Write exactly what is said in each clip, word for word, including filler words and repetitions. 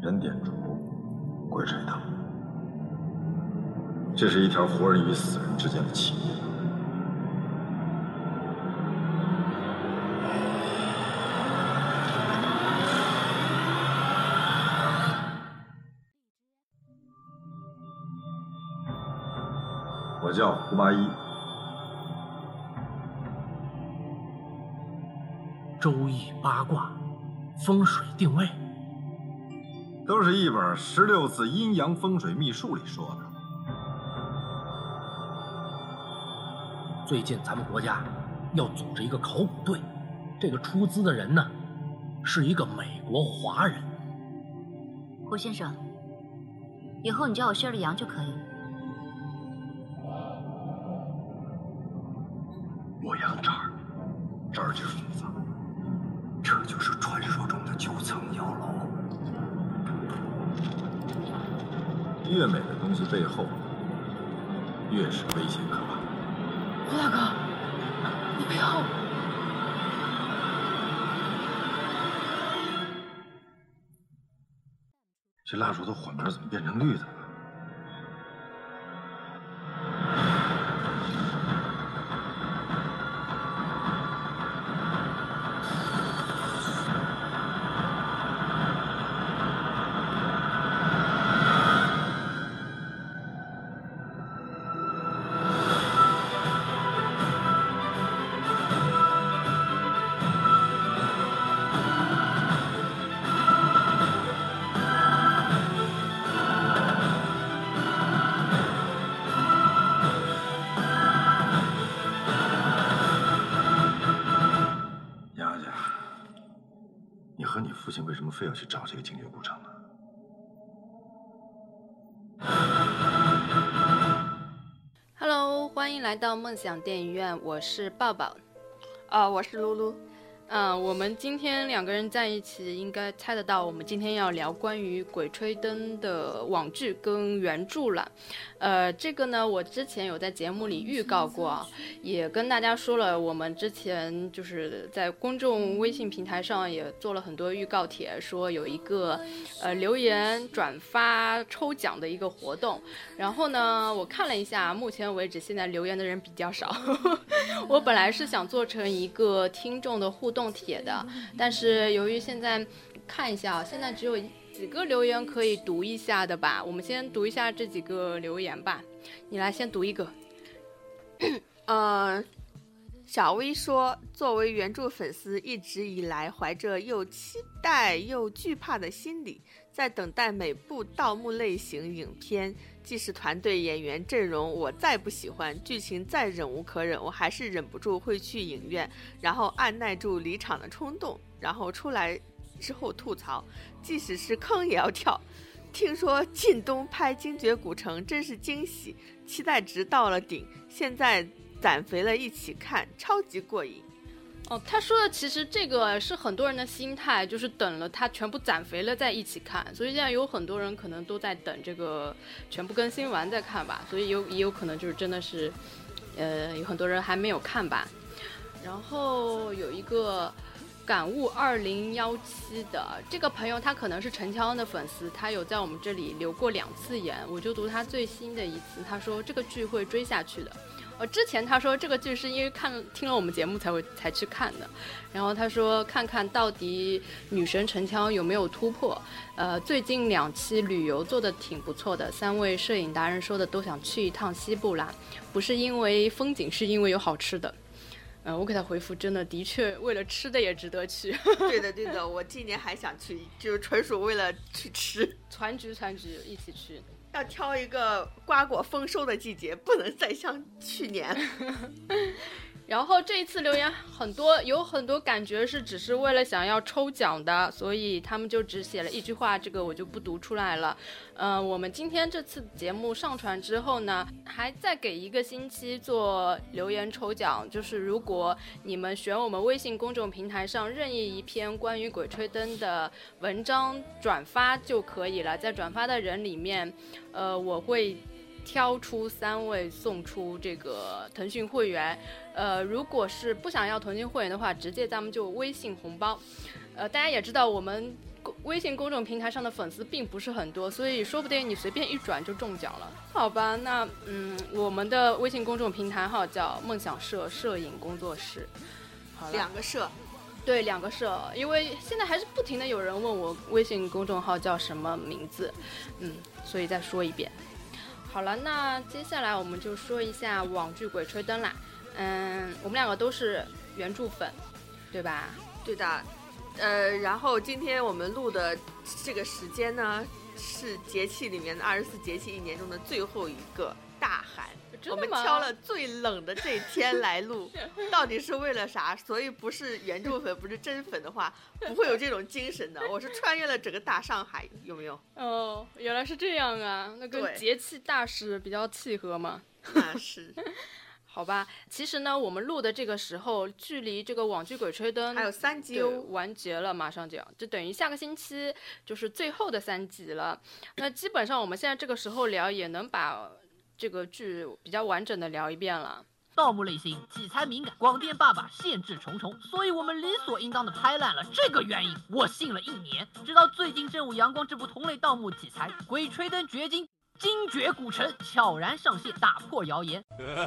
人点烛，鬼吹灯，这是一条活人与死人之间的契约。我叫胡八一。 周易八卦，风水定位， 都是一本十六字阴阳风水秘术里说的。 最近咱们国家要组织一个考古队，这个出资的人呢，是一个美国华人。 胡先生，以后你叫我薛了杨就可以。 洛阳这儿，这儿就是墓葬，这就是传说中的九层妖楼。 越美的东西背后，越是危险可怕。 胡大哥，你不要！ 这蜡烛的火苗怎么变成绿的了？父亲为什么非要去找这个精绝古城呢？ Hello， 欢迎来到梦想电影院，我是抱抱， 啊、uh, ，我是露露。 嗯，我们今天两个人在一起，应该猜得到，我们今天要聊关于《鬼吹灯》的网剧跟原著了。呃，这个呢，我之前有在节目里预告过，也跟大家说了，我们之前就是在公众微信平台上也做了很多预告帖，说有一个呃留言转发抽奖的一个活动。然后呢，我看了一下，目前为止现在留言的人比较少。我本来是想做成一个听众的互动动帖的，但是由于现在看一下，现在只有几个留言可以读一下的吧，我们先读一下这几个留言吧。你来先读一个。 呃，小薇说，作为原著粉丝，一直以来怀着又期待又惧怕的心理，在等待每部盗墓类型影片，即使团队演员阵容我再不喜欢，剧情再忍无可忍，我还是忍不住会去影院，然后按耐住离场的冲动，然后出来之后吐槽，即使是坑也要跳。听说靳东拍精绝古城真是惊喜，期待值到了顶，现在攒肥了一起看，超级过瘾。 哦，他说的其实这个是很多人的心态，就是等了他全部攒肥了再一起看，所以现在有很多人可能都在等这个全部更新完再看吧，所以有也有可能就是真的是，呃，有很多人还没有看吧。然后有一个感悟二零一七的这个朋友，他可能是陈乔恩的粉丝，他有在我们这里留过两次言，我就读他最新的一次，他说这个剧会追下去的。呃，之前他说这个剧是因为看听了我们节目才会才去看的，然后他说看看到底女神陈乔恩有没有突破。呃，最近两期旅游做的挺不错的，三位摄影达人说的都想去一趟西部啦，不是因为风景，是因为有好吃的。嗯、呃，我给他回复，真的的确为了吃的也值得去。 对的对的，我今年还想去，就是纯属为了去吃， 团聚团聚一起去。 要挑一个瓜果丰收的季节，不能再像去年。 然后这一次留言很多，有很多感觉是只是为了想要抽奖的，所以他们就只写了一句话，这个我就不读出来了。嗯、呃，我们今天这次节目上传之后呢，还再给一个星期做留言抽奖，就是如果你们选我们微信公众平台上任意一篇关于鬼吹灯的文章转发就可以了，在转发的人里面，呃，我会挑出三位送出这个腾讯会员，呃，如果是不想要腾讯会员的话，直接咱们就微信红包。呃，大家也知道我们微信公众平台上的粉丝并不是很多，所以说不定你随便一转就中奖了。好吧，那嗯，我们的微信公众平台号叫梦想社摄影工作室。好了， 两个社。 对，两个社，因为现在还是不停的有人问我微信公众号叫什么名字，嗯，所以再说一遍。好了，那接下来我们就说一下网剧《鬼吹灯》啦。嗯，我们两个都是原著粉，对吧？ 对的。呃，然后今天我们录的这个时间呢，是节气里面的二十四节气一年中的最后一个大寒。我们挑了最冷的这天来录，到底是为了啥？所以不是原著粉，不是真粉的话，不会有这种精神的。我是穿越了整个大上海，有没有？ 哦，原来是这样啊，那跟节气大师比较契合嘛。 那是。 好吧，其实呢，我们录的这个时候，距离这个网剧《鬼吹灯》 还有三集哦， 完结了，马上就要，就等于下个星期就是最后的三集了。那基本上我们现在这个时候聊，也能把这个剧比较完整的聊一遍了。 盗墓类型题材敏感，广电爸爸限制重重，所以我们理所应当的拍烂了。这个原因我信了一年，直到最近正午阳光这部同类盗墓题材《鬼吹灯绝经》精绝古城悄然上线，打破谣言。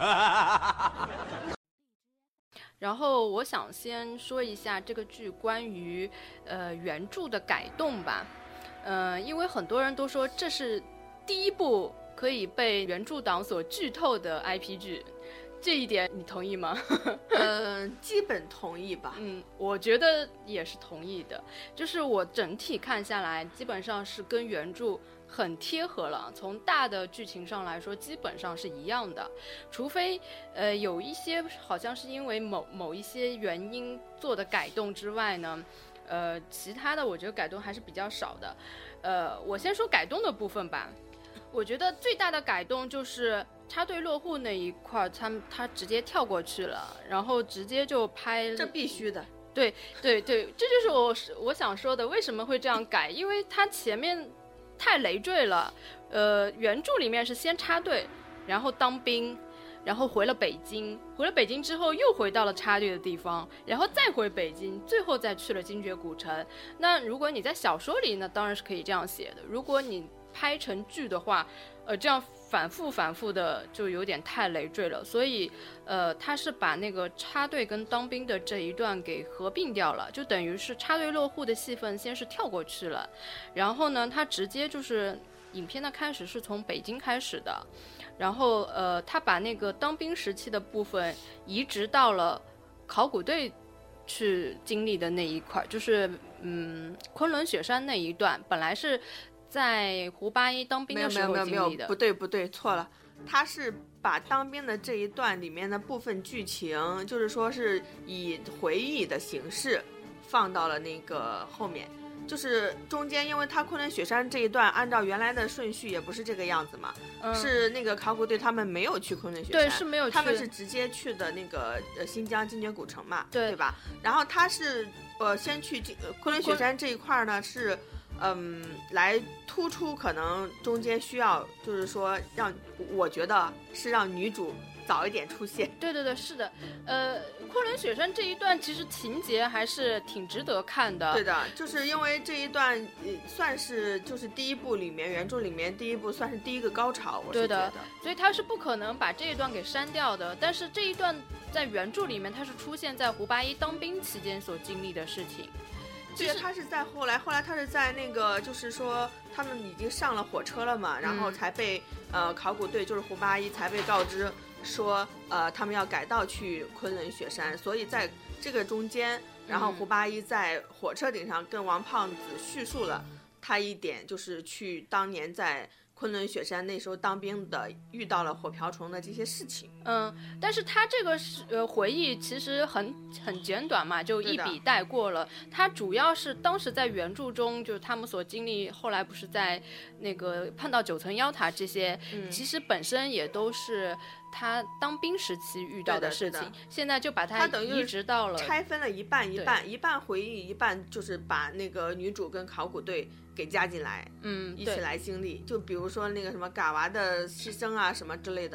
然后我想先说一下这个剧关于呃原著的改动吧，呃，因为很多人都说这是第一部可以被原著党所剧透的 I P 剧，这一点你同意吗？ 呃，基本同意吧。 嗯，我觉得也是同意的。就是我整体看下来，基本上是跟原著很贴合了。从大的剧情上来说，基本上是一样的，除非呃有一些好像是因为某某一些原因做的改动之外呢，呃，其他的我觉得改动还是比较少的。呃，我先说改动的部分吧。我觉得最大的改动就是插队落户那一块，他们他直接跳过去了，然后直接就拍， 这必须的。 对对对，这就是我我想说的，为什么会这样改？因为他前面太累赘了。呃，原著里面是先插队，然后当兵，然后回了北京，回了北京之后又回到了插队的地方，然后再回北京，最后再去了精绝古城。那如果你在小说里呢，当然是可以这样写的。如果你拍成剧的话，呃，这样反复反复的就有点太累赘了，所以，呃，他是把那个插队跟当兵的这一段给合并掉了，就等于是插队落户的戏份先是跳过去了，然后呢，他直接就是影片的开始是从北京开始的，然后呃，他把那个当兵时期的部分移植到了考古队去经历的那一块，就是嗯，昆仑雪山那一段，本来是在胡八一当兵的时候经历的。 没有没有没有，不对不对，错了。他是把当兵的这一段里面的部分剧情，就是说是以回忆的形式放到了那个后面。就是中间，因为他昆仑雪山这一段按照原来的顺序也不是这个样子嘛，嗯、是那个考古队他们没有去昆仑雪山， 对，是没有去， 他们是直接去的那个呃新疆精绝古城嘛， 对对吧？然后他是呃先去呃昆仑雪山这一块呢是。嗯，来突出可能中间需要，就是说让我觉得是让女主早一点出现。 对对对，是的，呃，昆仑雪山这一段其实情节还是挺值得看的。 对的，就是因为这一段、呃、算是就是第一部里面原著里面第一部算是第一个高潮，我是觉得。 对的，所以他是不可能把这一段给删掉的。但是这一段在原著里面，它是出现在胡八一当兵期间所经历的事情。 对，他是在后来，后来他是在那个，就是说他们已经上了火车了嘛，然后才被、嗯、呃考古队，就是胡八一才被告知说，呃，他们要改道去昆仑雪山，所以在这个中间，然后胡八一在火车顶上跟王胖子叙述了他一点，就是去当年在昆仑雪山那时候当兵的遇到了火瓢虫的这些事情。 嗯，但是他这个是呃回忆其实很很简短嘛，就一笔带过了。他主要是当时在原著中，就是他们所经历，后来不是在那个碰到九层妖塔这些、嗯、其实本身也都是他当兵时期遇到的事情，现在就把它移植到了， 拆分了一半一半，一半回忆，一半就是把那个女主跟考古队给加进来， 嗯， 一起来经历。就比如说那个什么嘎娃的牺牲啊什么之类的，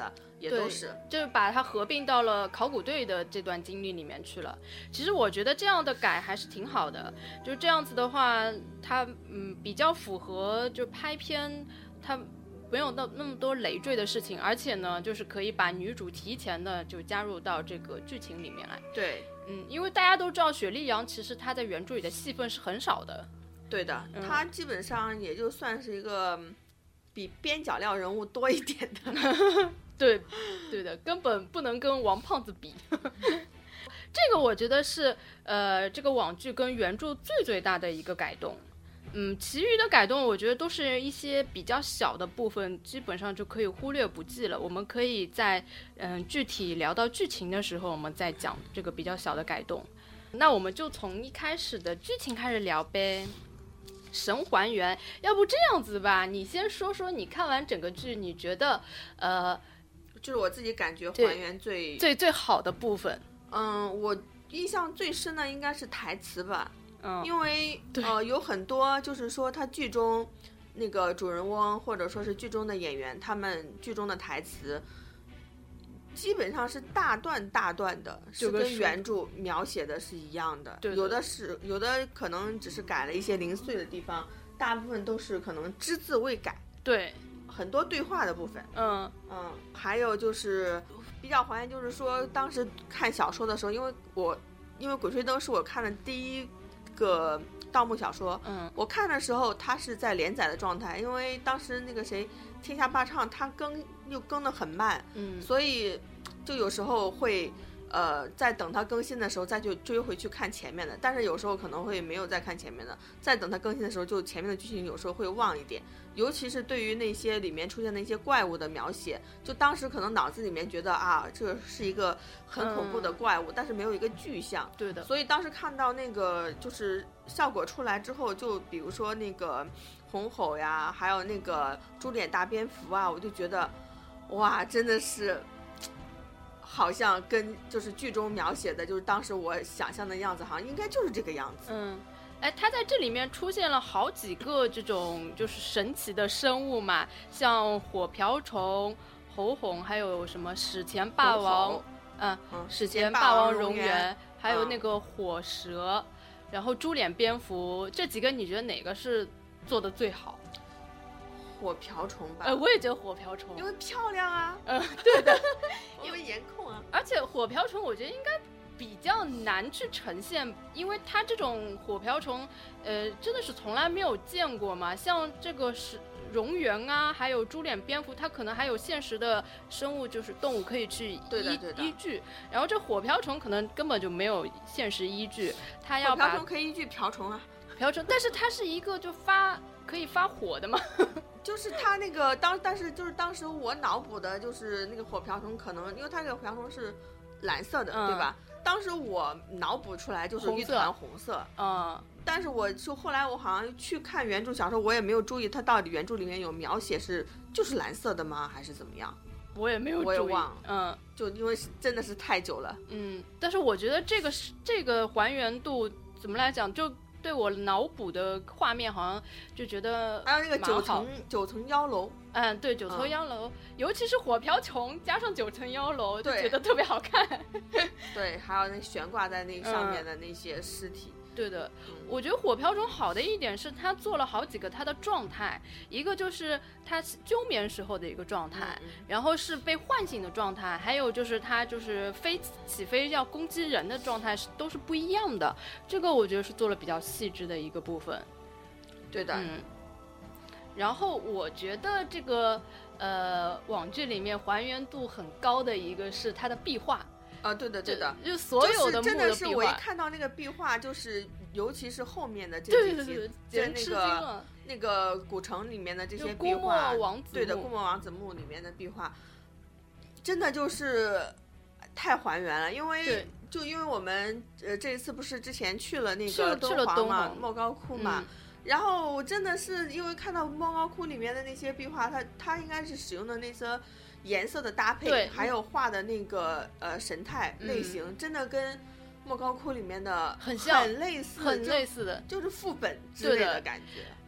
也都是， 就是把它合并到了考古队的这段经历里面去了。其实我觉得这样的改还是挺好的，就是这样子的话，它嗯比较符合就拍片它没有那那么多累赘的事情，而且呢，就是可以把女主提前的就加入到这个剧情里面来。 对， 嗯，因为大家都知道雪莉杨其实她在原著里的戏份是很少的。 对的， 嗯、 她基本上也就算是一个比边角料人物多一点的。 对，对的，根本不能跟王胖子比。这个我觉得是呃，这个网剧跟原著最最大的一个改动。嗯，其余的改动我觉得都是一些比较小的部分，基本上就可以忽略不计了。我们可以在嗯具体聊到剧情的时候，我们再讲这个比较小的改动。那我们就从一开始的剧情开始聊呗。神还原，要不这样子吧，你先说说你看完整个剧，你觉得呃， 就是我自己感觉还原最最最好的部分。 嗯，我印象最深的应该是台词吧。 嗯， 因为呃有很多就是说他剧中那个主人翁或者说是剧中的演员，他们剧中的台词基本上是大段大段的，是跟原著描写的是一样的。 对， 有的是有的可能只是改了一些零碎的地方，大部分都是可能只字未改。 对， 很多对话的部分。 嗯嗯，还有就是比较还原，就是说当时看小说的时候，因为我因为《鬼吹灯》是我看的第一个盗墓小说， 嗯， 我看的时候它是在连载的状态，因为当时那个谁天下霸唱他更又更得很慢， 嗯， 所以就有时候会呃在等它更新的时候再去追回去看前面的，但是有时候可能会没有再看前面的，再等它更新的时候就前面的剧情有时候会忘一点，尤其是对于那些里面出现的一些怪物的描写，就当时可能脑子里面觉得啊这是一个很恐怖的怪物，嗯，但是没有一个具象。 对的， 所以当时看到那个就是效果出来之后，就比如说那个红吼呀，还有那个猪脸大蝙蝠啊，我就觉得哇真的是好像跟就是剧中描写的就是当时我想象的样子好像应该就是这个样子。 嗯，哎，它在这里面出现了好几个这种就是神奇的生物嘛，像火瓢虫、猴红，还有什么史前霸王，嗯， 嗯史前霸王蝾螈， 螈， 还有那个火蛇，嗯，然后猪脸蝙蝠，这几个你觉得哪个是做的最好？ 火瓢虫吧。 呃，我也觉得火瓢虫， 因为漂亮啊。 嗯，对的， 因为颜控啊。 而且火瓢虫我觉得应该比较难去呈现，因为它这种火瓢虫，呃，真的是从来没有见过嘛。像这个是蝾螈啊，还有猪脸蝙蝠，它可能还有现实的生物，就是动物可以去依对的对的依据。然后这火瓢虫可能根本就没有现实依据，它要把火瓢虫可以依据瓢虫啊， 瓢虫，但是它是一个就发可以发火的嘛。 就是它那个当，但是就是当时我脑补的就是那个火瓢虫，可能因为它这个火瓢虫是蓝色的， 嗯， 对吧？当时我脑补出来就是一团红色， 嗯， 但是我就后来我好像去看原著小说，我也没有注意它到底原著里面有描写是就是蓝色的吗，还是怎么样？ 我也没有注意， 我也忘了， 嗯， 就因为真的是太久了， 嗯，但是我觉得这个是这个还原度怎么来讲，就对我脑补的画面好像就觉得还有那个九层九层妖楼， 嗯，对，九层妖楼，嗯，尤其是火瓢虫加上九层妖楼，就觉得特别好看。 对，还有那悬挂在那上面的那些尸体。 嗯，对的，我觉得火瓢虫好的一点是它做了好几个它的状态，一个就是它休眠时候的一个状态， 嗯嗯， 然后是被唤醒的状态，还有就是它就是飞起飞要攻击人的状态是都是不一样的，这个我觉得是做了比较细致的一个部分。 对的， 嗯。然后我觉得这个呃网剧里面还原度很高的一个是它的壁画。 啊，对的对的， 就所有的墓的壁画， 就是真的是我一看到那个壁画，就是尤其是后面的这几集， 在那个那个古城里面的这些壁画，对的，姑墨王子墓里面的壁画，真的就是太还原了。因为就因为我们呃这一次不是之前去了那个敦煌嘛，莫高窟嘛。嗯，然后真的是因为看到莫高窟里面的那些壁画，它它应该是使用的那些颜色的搭配，还有画的那个呃神态类型，嗯，真的跟莫高窟里面的很像， 很类似， 很类似的， 就，就是副本之类的感觉。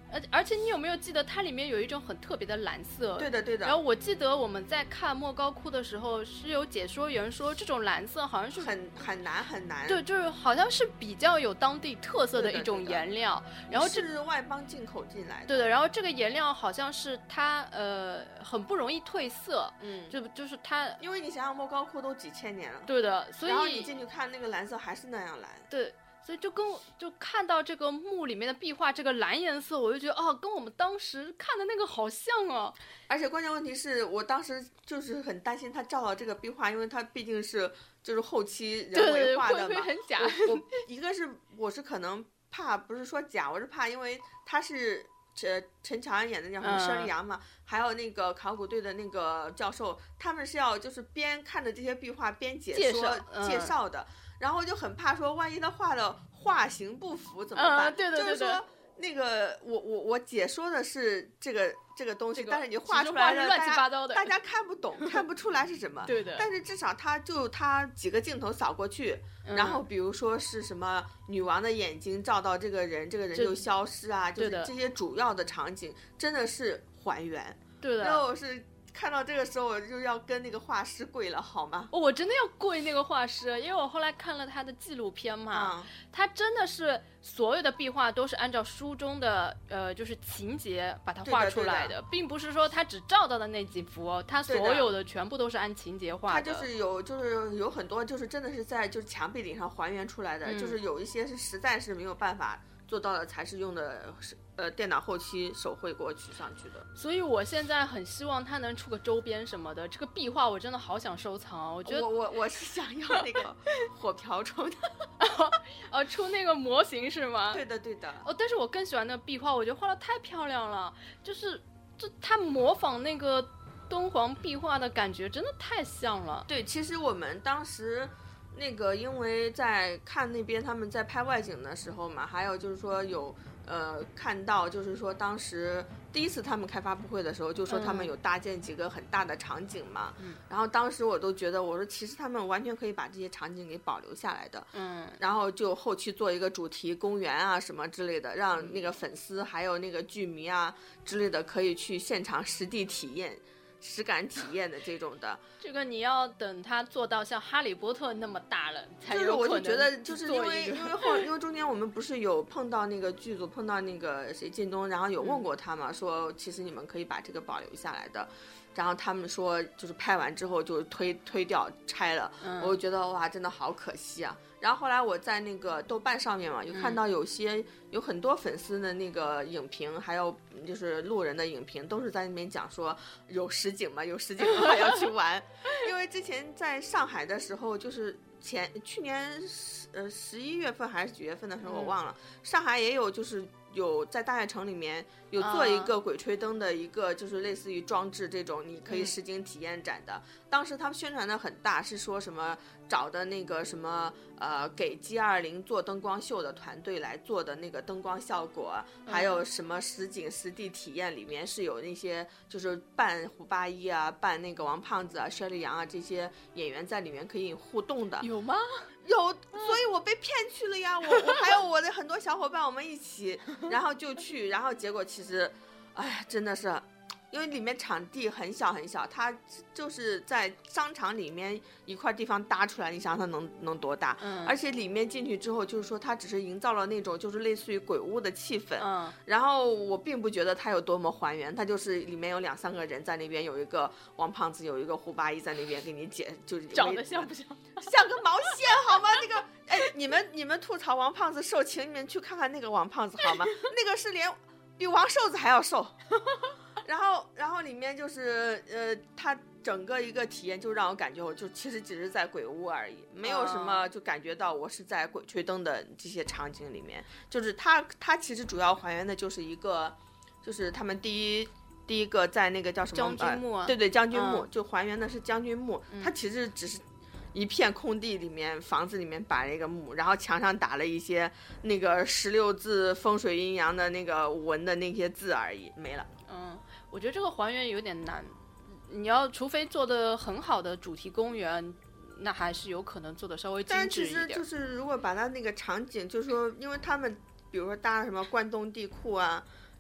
而而且你有没有记得它里面有一种很特别的蓝色？ 对的对的。 然后我记得我们在看莫高窟的时候，是有解说员说这种蓝色好像是很很难很难。 对，就是好像是比较有当地特色的一种颜料。然后是外邦进口进来的。 对的，然后这个颜料好像是它呃很不容易褪色， 嗯， 就就是它， 因为你想想莫高窟都几千年了。 对的，所以然后你进去看那个蓝色还是那样蓝。 对。所以就跟就看到这个墓里面的壁画，这个蓝颜色，我就觉得哦，跟我们当时看的那个好像啊。 而且关键问题是我当时就是很担心他照到这个壁画，因为他毕竟是就是后期人为画的嘛， 对对对，会不会很假？ 我, 我一个是我是可能怕，不是说假，我是怕，因为他是陈陈乔恩演的叫什么佘丽阳嘛、嗯，还有那个考古队的那个教授，他们是要就是边看着这些壁画边解说介绍、嗯、 介绍的。然后就很怕说，万一他画的画形不符怎么办？ 嗯、对对对对， 就是说那个我我我解说的是这个这个东西， 这个、 但是你画出来的乱七八糟的， 大家看不懂，看不出来是什么。 对的。 但是至少他就他几个镜头扫过去， 嗯、 然后比如说是什么女王的眼睛照到这个人，这个人就消失啊，就是这些主要的场景真的是还原。 对的。 然后我是。看到这个时候我就要跟那个画师跪了好吗、 哦、我真的要跪那个画师，因为我后来看了他的纪录片嘛、嗯、他真的是所有的壁画都是按照书中的呃就是情节把它画出来 的, 的, 的并不是说他只照到的那几幅、哦、他所有的全部都是按情节画的。 他就是有就是有很多就是真的是在就是墙壁顶上还原出来的、嗯、就是有一些是实在是没有办法做到的，才是用的呃电脑后期手绘过去上去的。 所以我现在很希望它能出个周边什么的，这个壁画我真的好想收藏。我觉得我我我是想要那个火瓢虫的哦，出那个模型是吗？ 对的对的。 哦，但是我更喜欢那个壁画，我觉得画得太漂亮了，就是就它模仿那个敦煌壁画的感觉真的太像了。 对，其实我们当时那个因为在看那边他们在拍外景的时候嘛，还有就是说有呃看到就是说当时第一次他们开发布会的时候就说他们有搭建几个很大的场景嘛、嗯、然后当时我都觉得我说其实他们完全可以把这些场景给保留下来的， 嗯， 然后就后期做一个主题公园啊什么之类的，让那个粉丝还有那个剧迷啊之类的可以去现场实地体验实感体验的这种的。 这个你要等他做到像哈利波特那么大了才有可能。就是我就觉得就是因为因为后因为中间我们不是有碰到那个剧组碰到那个谁靳东，然后有问过他嘛、嗯、说其实你们可以把这个保留下来的，然后他们说就是拍完之后就推推掉拆了、嗯、我就觉得哇真的好可惜啊。然后后来我在那个豆瓣上面嘛有看到有些、嗯、有很多粉丝的那个影评还有就是路人的影评都是在那边讲说有实景嘛有实景的话要去玩因为之前在上海的时候就是前去年呃十一月份还是几月份的时候我忘了、嗯、上海也有就是有在大悦城里面有做一个鬼吹灯的一个就是类似于装置这种你可以实景体验展的、嗯、当时他们宣传的很大，是说什么找的那个什么呃给 G 二十 做灯光秀的团队来做的那个灯光效果、嗯、还有什么实景实地体验里面是有那些就是扮胡八一啊扮那个王胖子啊佘丽阳啊这些演员在里面可以互动的。 有吗？ 有，所以我被骗去了呀。我我还有我的很多小伙伴我们一起然后就去，然后结果其实哎呀真的是因为里面场地很小很小，它就是在商场里面一块地方搭出来，你想想它能能多大、嗯、而且里面进去之后就是说它只是营造了那种就是类似于鬼屋的气氛、嗯、然后我并不觉得它有多么还原，它就是里面有两三个人在那边，有一个王胖子有一个胡八一在那边给你解，就是长得像不像像个毛线好吗那个哎，你们你们吐槽王胖子瘦，请你们去看看那个王胖子好吗那个是连比王瘦子还要瘦然后然后里面就是呃他整个一个体验就让我感觉我就其实只是在鬼屋而已，没有什么就感觉到我是在鬼吹灯的这些场景里面，就是他他其实主要还原的就是一个就是他们第一第一个在那个叫什么将军墓、啊呃、对对将军墓、嗯、就还原的是将军墓、嗯、它其实只是一片空地里面房子里面摆了一个墓，然后墙上打了一些那个十六字风水阴阳的那个文的那些字而已，没了。 嗯，我觉得这个还原有点难，你要除非做的很好的主题公园，那还是有可能做的稍微精致一点。 但其实就是如果把它那个场景就是说因为他们比如说搭什么关东地库啊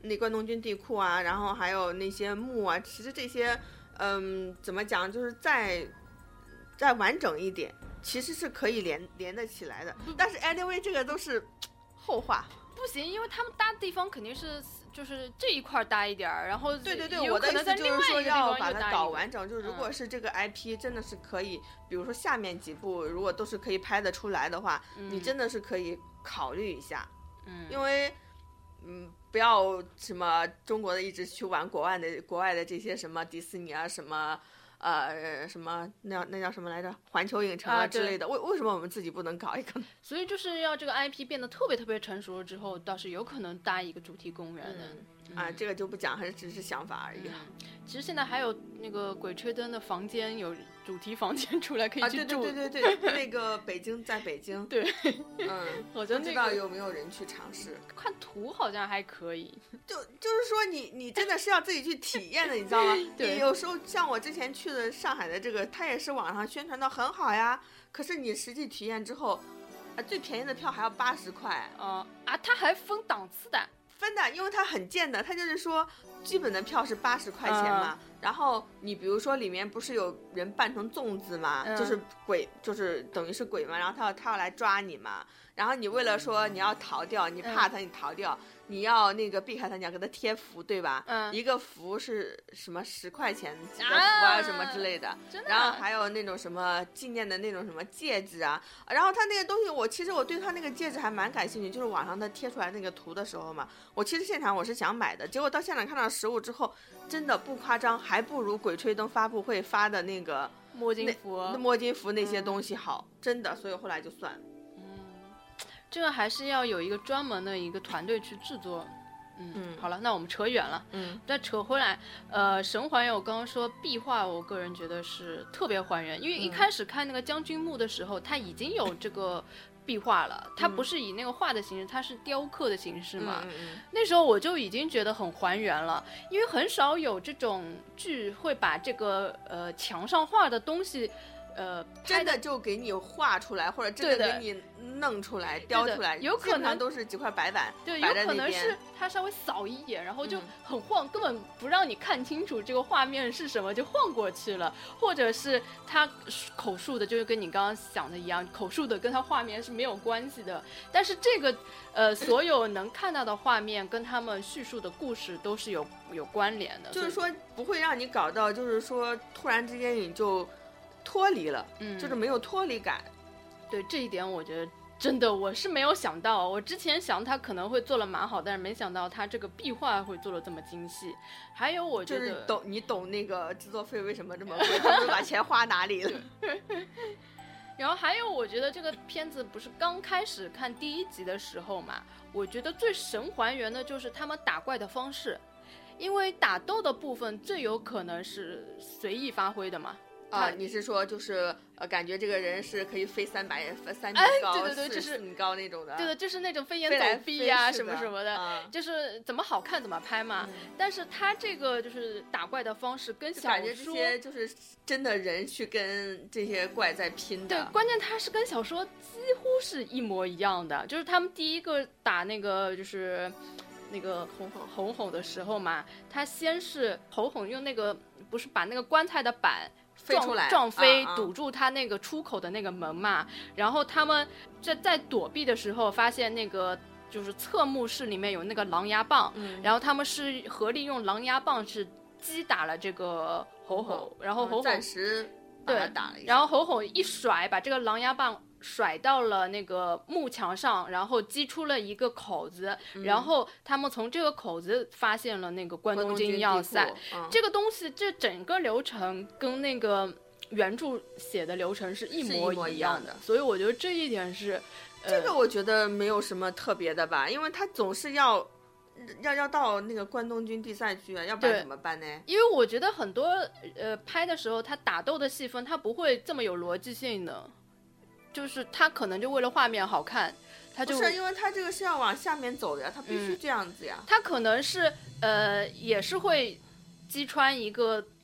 那关东军地库啊，然后还有那些墓啊，其实这些，嗯，怎么讲，就是再再完整一点，其实是可以连连得起来的。但是 anyway 这个都是后话。 不行，因为他们搭的地方肯定是就是这一块搭一点儿，然后对对对， 有可能在另外一个地方我的意思就是说要把它搞又搭一个完整。就是如果是这个 I P 真的是可以，比如说下面几部如果都是可以拍得出来的话， 嗯你真的是可以考虑一下， 嗯， 因为嗯，不要什么中国的一直去玩国外的国外的这些什么迪士尼啊什么。呃，什么那那叫什么来着？环球影城啊之类的，为为什么我们自己不能搞一个呢？ 所以就是要这个 I P 变得特别特别成熟了之后，倒是有可能搭一个主题公园的。 嗯、啊，这个就不讲，还是只是想法而已。 嗯、其实现在还有那个《鬼吹灯》的房间有主题房间出来可以去住。 啊，对对对对对，那个北京在北京。 对， 嗯， 我觉得、那个、 不知道有没有人去尝试。 看图好像还可以。 就就是说你你真的是要自己去体验的，你知道吗？ 对， 你有时候像我之前去的上海的这个，它也是网上宣传的很好呀，可是你实际体验之后，啊，最便宜的票还要八十块。 哦、呃、啊，它还分档次的。 分的，因为它很贱的，它就是说基本的票是八十块钱嘛、嗯，然后你比如说里面不是有人扮成粽子嘛、嗯，就是鬼，就是等于是鬼嘛，然后他要他要来抓你嘛，然后你为了说你要逃掉，你怕他你逃掉，嗯、你要那个避开他，你要给他贴符，对吧？嗯，一个符是什么十块钱几个符啊什么之类的， 真的， 然后还有那种什么纪念的那种什么戒指啊，然后他那个东西我其实我对他那个戒指还蛮感兴趣，就是网上他贴出来那个图的时候嘛。我其实现场我是想买的，结果到现场看到实物之后，真的不夸张，还不如鬼吹灯发布会发的那个摸金符、 那摸金符那些东西好，嗯、真的，所以后来就算了。 嗯，这个还是要有一个专门的一个团队去制作。嗯，嗯好了，那我们扯远了。嗯，再扯回来，呃，神还原我刚刚说壁画，我个人觉得是特别还原，因为一开始看那个将军墓的时候，它已经有这个。壁画了，它不是以那个画的形式，它是雕刻的形式嘛、 嗯嗯嗯、 那时候我就已经觉得很还原了，因为很少有这种剧会把这个呃墙上画的东西呃真的就给你画出来，或者真的给你弄出来雕出来， 有可能都是几块白板， 对，有可能是他稍微扫一眼，然后就很晃、嗯，根本不让你看清楚这个画面是什么，就晃过去了，或者是他口述的，就是跟你刚刚想的一样，口述的跟他画面是没有关系的，但是这个呃所有能看到的画面跟他们叙述的故事都是有有关联的， 就是说不会让你搞到就是说突然之间你就脱离了， 嗯， 就是没有脱离感。 对这一点，我觉得真的我是没有想到。我之前想他可能会做了蛮好，但是没想到他这个壁画会做的这么精细。还有，我觉得就是懂你懂那个制作费为什么这么贵，他们把钱花哪里了？ 然后还有，我觉得这个片子不是刚开始看第一集的时候嘛，我觉得最神还原的就是他们打怪的方式，因为打斗的部分最有可能是随意发挥的嘛。 啊，你是说就是呃，感觉这个人是可以飞三百三米高， 哎、对对对，就是四米高那种的， 对的，就是那种飞檐走壁呀、啊、什么什么的、 嗯， 就是怎么好看怎么拍嘛。嗯、但是他这个就是打怪的方式跟小说， 感觉这些就是真的人去跟这些怪在拼的。 对，关键他是跟小说几乎是一模一样的，就是他们第一个打那个就是那个红红红红的时候嘛，他先是红红用那个不是把那个棺材的板。 飞出来撞飞、 啊啊、 堵住他那个出口的那个门嘛，然后他们在在躲避的时候发现那个就是侧幕室里面有那个狼牙棒、嗯、然后他们是合力用狼牙棒是击打了这个吼吼、嗯、然后吼吼暂时把他打了一下， 然后吼吼一甩把这个狼牙棒甩到了那个幕墙上，然后击出了一个口子、嗯、然后他们从这个口子发现了那个关东军要塞、嗯、这个东西这整个流程跟那个原著写的流程是一模一样的，所以我觉得这一点是、 呃、这个我觉得没有什么特别的吧，因为他总是要要要到那个关东军地塞去啊，要不然怎么办呢？ 因为我觉得很多呃拍的时候他打斗的戏份他不会这么有逻辑性的，就是他可能就为了画面好看，他就不是因为他这个是要往下面走的呀，他必须这样子呀。 嗯、他可能是呃也是会击穿一个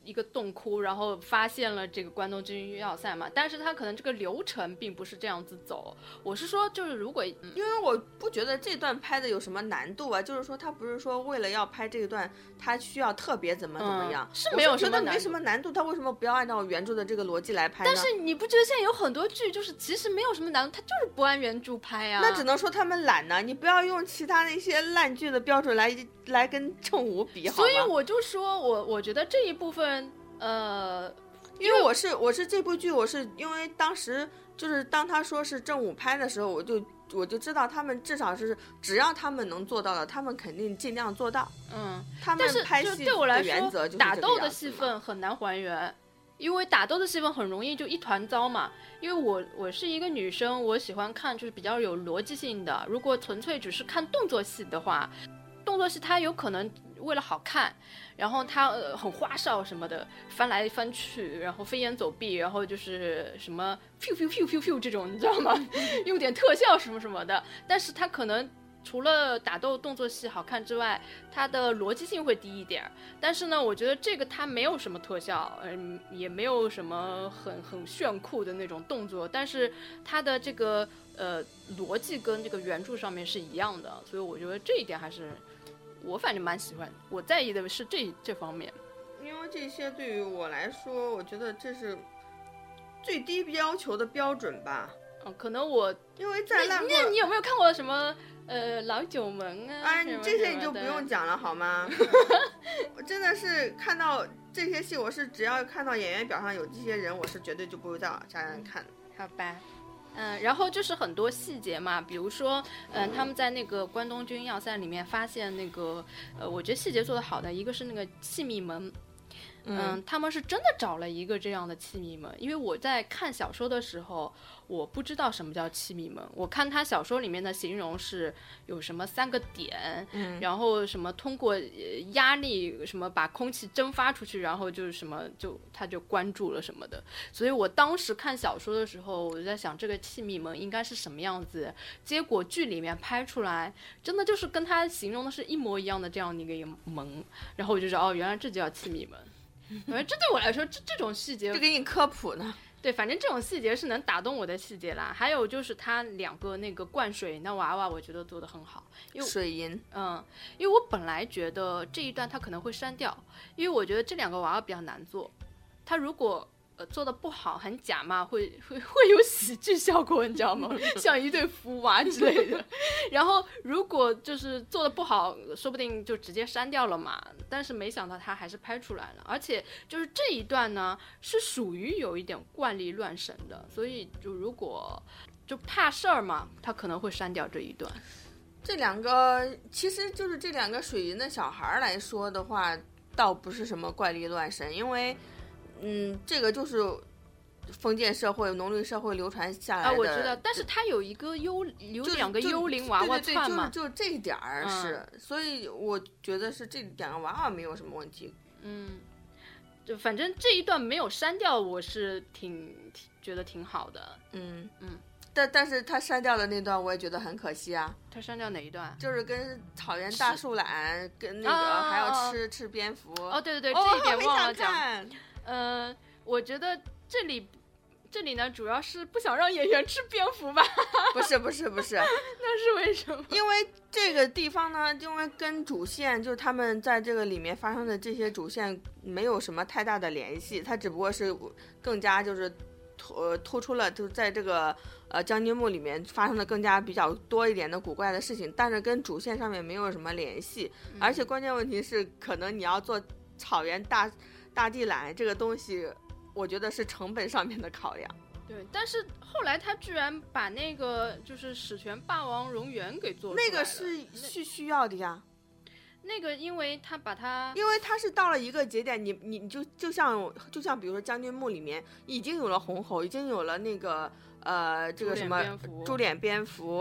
一个洞窟，然后发现了这个关东军要塞嘛，但是他可能这个流程并不是这样子走。我是说，就是如果、嗯、 因为我不觉得这段拍的有什么难度啊，就是说他不是说为了要拍这一段，他需要特别怎么怎么样， 嗯、是没有什么难度， 我觉得没什么难度，他为什么不要按照原著的这个逻辑来拍呢？ 但是你不觉得现在有很多剧就是其实没有什么难度，他就是不按原著拍啊？ 那只能说他们懒呢，你不要用其他那些烂剧的标准来来跟正午比，好吗？ 所以我就说我我觉得这一部分。呃， 因为我是我是这部剧，我是因为当时就是当他说是正午拍的时候，我就我就知道他们至少是只要他们能做到的，他们肯定尽量做到。 嗯， 他们拍戏的原则就是打斗的戏份很难还原，因为打斗的戏份很容易就一团糟嘛。因为我我是一个女生，我喜欢看就是比较有逻辑性的。如果纯粹只是看动作戏的话，动作戏它有可能为了好看，然后它、呃、很花哨什么的，翻来翻去，然后飞檐走壁，然后就是什么 pew pew pew pew pew 这种，你知道吗？用点特效什么什么的，但是它可能除了打斗动作戏好看之外，它的逻辑性会低一点。但是呢，我觉得这个它没有什么特效，嗯，也没有什么很很炫酷的那种动作，但是它的这个呃逻辑跟这个原著上面是一样的，所以我觉得这一点还是。我反正蛮喜欢，我在意的是这这方面， 因为这些对于我来说，我觉得这是最低要求的标准吧。 嗯，可能我因为在烂那你有没有看过什么呃老九门啊？ 啊，你这些你就不用讲了好吗？我真的是看到这些戏，我是只要看到演员表上有这些人，我是绝对就不会再往下看的。 好吧。嗯，然后就是很多细节嘛，比如说，嗯，他们在那个关东军要塞里面发现那个，呃，我觉得细节做得好的一个是那个气密门，嗯，嗯他们是真的找了一个这样的气密门，因为我在看小说的时候，我不知道什么叫气密门，我看他小说里面的形容是有什么三个点，嗯，然后什么通过压力什么把空气蒸发出去，然后就是什么就他就关住了什么的，所以我当时看小说的时候，我就在想这个气密门应该是什么样子，结果剧里面拍出来真的就是跟他形容的是一模一样的这样的一个门，然后我就知道哦，原来这就叫气密门。反正这对我来说，这这种细节就给你科普呢。 对，反正这种细节是能打动我的细节啦。还有就是他两个那个灌水那娃娃，我觉得做得很好。因为水银， 嗯，因为我本来觉得这一段他可能会删掉，因为我觉得这两个娃娃比较难做。他如果呃做的不好，很假嘛，会会会有喜剧效果，你知道吗？像一对福娃之类的。然后如果就是做的不好，说不定就直接删掉了嘛。但是没想到他还是拍出来了，而且就是这一段呢是属于有一点怪力乱神的，所以就如果就怕事儿嘛，他可能会删掉这一段。 这两个其实就是这两个水银的小孩来说的话，倒不是什么怪力乱神，因为嗯，这个就是封建社会、农历社会流传下来的。 啊，我知道，但是他有一个幽，有两个幽灵娃娃串嘛， 就就这一点儿是、嗯，所以我觉得是这两个娃娃没有什么问题。 嗯，就反正这一段没有删掉，我是挺挺觉得挺好的。 嗯嗯， 但但是他删掉的那段我也觉得很可惜啊。 他删掉哪一段？ 就是跟草原大树懒跟那个、啊、还要吃吃蝙蝠。 哦，对对对， 哦、 这一点忘了讲。 嗯、 呃，我觉得这里。这里呢，主要是不想让演员吃蝙蝠吧？ 不是不是不是， 那是为什么？ 因为这个地方呢，因为跟主线就是他们在这个里面发生的这些主线没有什么太大的联系，它只不过是更加就是突突出了就在这个呃将军墓里面发生的更加比较多一点的古怪的事情，但是跟主线上面没有什么联系，嗯、而且关键问题是，可能你要做草原大大地懒这个东西。我觉得是成本上面的考量。 对，但是后来他居然把那个就是史前霸王蝾螈给做出来了， 那个是是需要的呀。 那个因为他把它， 因为他是到了一个节点，你你你就就像就像比如说将军墓里面已经有了红猴，已经有了那个呃这个什么猪脸蝙蝠，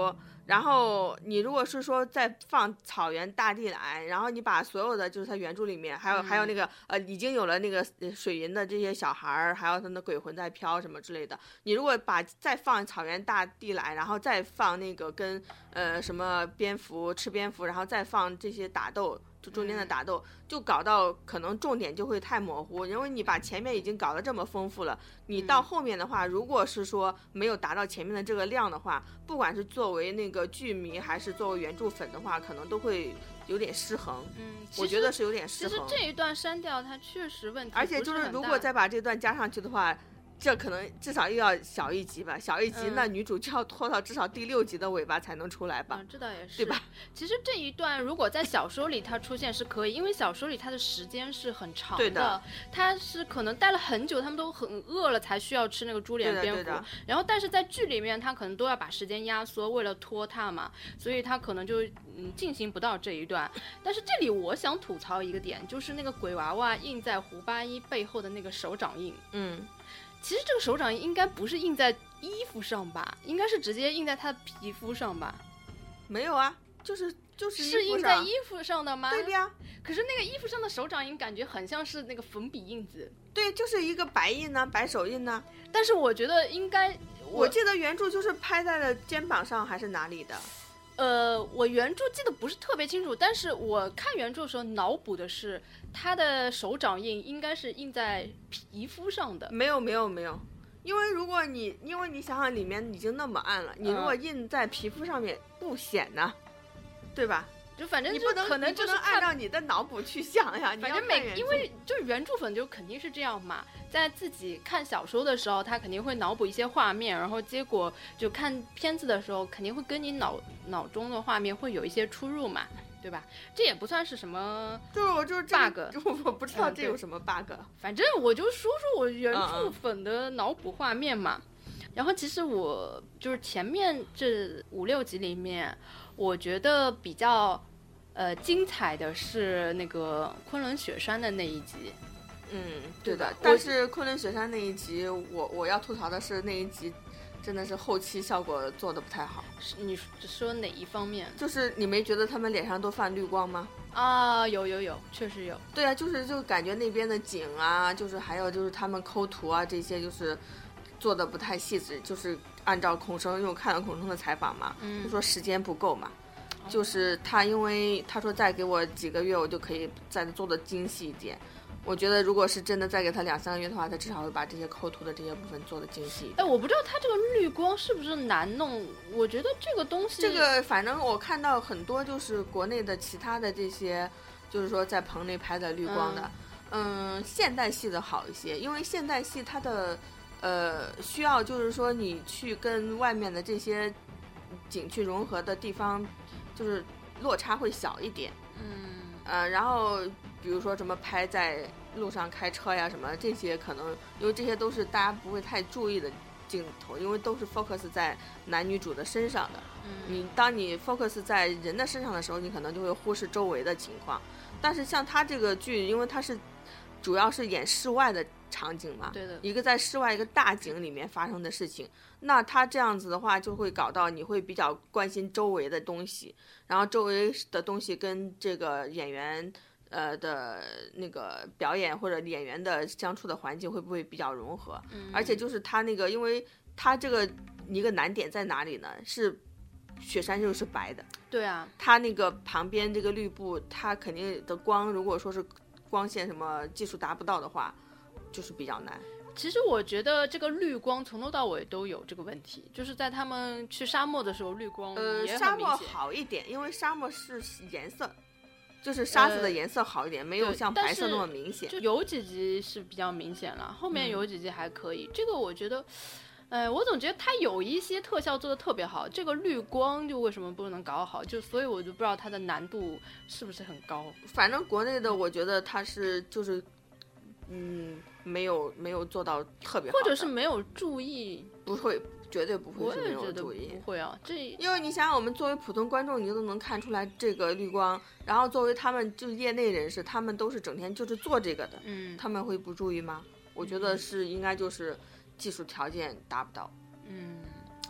然后你如果是说再放草原大地来，然后你把所有的就是它原著里面还有、嗯、还有那个呃已经有了那个水银的这些小孩儿，还有他的鬼魂在飘什么之类的，你如果把再放草原大地来，然后再放那个跟呃什么蝙蝠吃蝙蝠，然后再放这些打斗。就中间的打斗，就搞到可能重点就会太模糊，因为你把前面已经搞得这么丰富了，你到后面的话，如果是说没有达到前面的这个量的话，不管是作为那个剧迷还是作为原著粉的话，可能都会有点失衡。 嗯， 我觉得是有点失衡。 其实这一段删掉，它确实问题不是很大。 而且就是如果再把这段加上去的话。这可能至少又要小一集吧，小一集、嗯、那女主就要拖到至少第六集的尾巴才能出来吧。 嗯，这倒也是， 对吧？ 其实这一段如果在小说里它出现是可以，因为小说里它的时间是很长的， 对的， 它是可能待了很久，他们都很饿了才需要吃那个猪脸蝙蝠。然后但是在剧里面，他可能都要把时间压缩，为了拖沓嘛，所以他可能就嗯进行不到这一段。但是这里我想吐槽一个点，就是那个鬼娃娃印在胡八一背后的那个手掌印， 嗯。 其实这个手掌印应该不是印在衣服上吧，应该是直接印在他的皮肤上吧？ 没有啊，就是就是是印在衣服上的吗？ 对的呀。 可是那个衣服上的手掌印感觉很像是那个粉笔印子。 对，就是一个白印呢、啊，白手印呢、啊。 但是我觉得应该， 我, 我记得原著就是拍在了肩膀上还是哪里的。 呃，我原著记得不是特别清楚，但是我看原著的时候脑补的是他的手掌印应该是印在皮肤上的。 没有没有没有，因为如果你因为你想想里面已经那么暗了，你如果印在皮肤上面不显呢，对吧？ 就反正就你不能可能就是按照你的脑补去想呀。 反正每因为就是原著粉就肯定是这样嘛，在自己看小说的时候，他肯定会脑补一些画面，然后结果就看片子的时候，肯定会跟你脑脑中的画面会有一些出入嘛，对吧？这也不算是什么 bug， 就是我就是 bug， 我不知道这有什么 bug。 嗯、反正我就说说我原著粉的脑补画面嘛。嗯、然后其实我就是前面这五六集里面，我觉得比较。呃，精彩的是那个昆仑雪山的那一集， 嗯，对的。但是昆仑雪山那一集，我我要吐槽的是那一集，真的是后期效果做的不太好。 你说哪一方面？ 就是你没觉得他们脸上都泛绿光吗？ 啊，有有有，确实有。 对啊，就是就感觉那边的景啊，就是还有就是他们抠图啊这些，就是做的不太细致，就是按照孔生，因为我看了孔生的采访嘛，嗯、就说时间不够嘛。就是他，因为他说再给我几个月，我就可以再做的精细一点。我觉得如果是真的再给他两三个月的话，他至少会把这些抠图的这些部分做的精细一点。 哎，我不知道他这个绿光是不是难弄，我觉得这个东西， 这个反正我看到很多就是国内的其他的这些，就是说在棚内拍的绿光的，嗯，嗯现代系的好一些，因为现代系它的呃需要就是说你去跟外面的这些景区融合的地方。就是落差会小一点， 嗯， 呃，然后比如说什么拍在路上开车呀什么这些，可能因为这些都是大家不会太注意的镜头，因为都是 focus 在男女主的身上的。 嗯， 你当你 focus 在人的身上的时候，你可能就会忽视周围的情况。但是像他这个剧，因为它是主要是演室外的场景嘛， 对的， 一个在室外一个大景里面发生的事情，那他这样子的话就会搞到你会比较关心周围的东西，然后周围的东西跟这个演员呃的那个表演或者演员的相处的环境会不会比较融合、 嗯、 而且就是他那个因为他这个一个难点在哪里呢，是雪山就是白的， 对啊， 他那个旁边这个绿布他肯定的光如果说是光线什么技术达不到的话就是比较难。 其实我觉得这个绿光从头到尾都有这个问题，就是在他们去沙漠的时候绿光也很明显。 呃，沙漠好一点，因为沙漠是颜色，就是沙子的颜色好一点、呃、没有像白色那么明显。 就有几集是比较明显了，后面有几集还可以、嗯、这个我觉得呃，我总觉得它有一些特效做的特别好，这个绿光就为什么不能搞好，就所以我就不知道它的难度是不是很高。 反正国内的我觉得它是就是嗯没有没有做到特别好， 或者是没有注意， 不会，绝对不会是没有注意， 不会啊，这因为你想想，我们作为普通观众，你都能看出来这个绿光，然后作为他们就业内人士，他们都是整天就是做这个的， 嗯， 他们会不注意吗？我觉得是应该就是技术条件达不到。 嗯，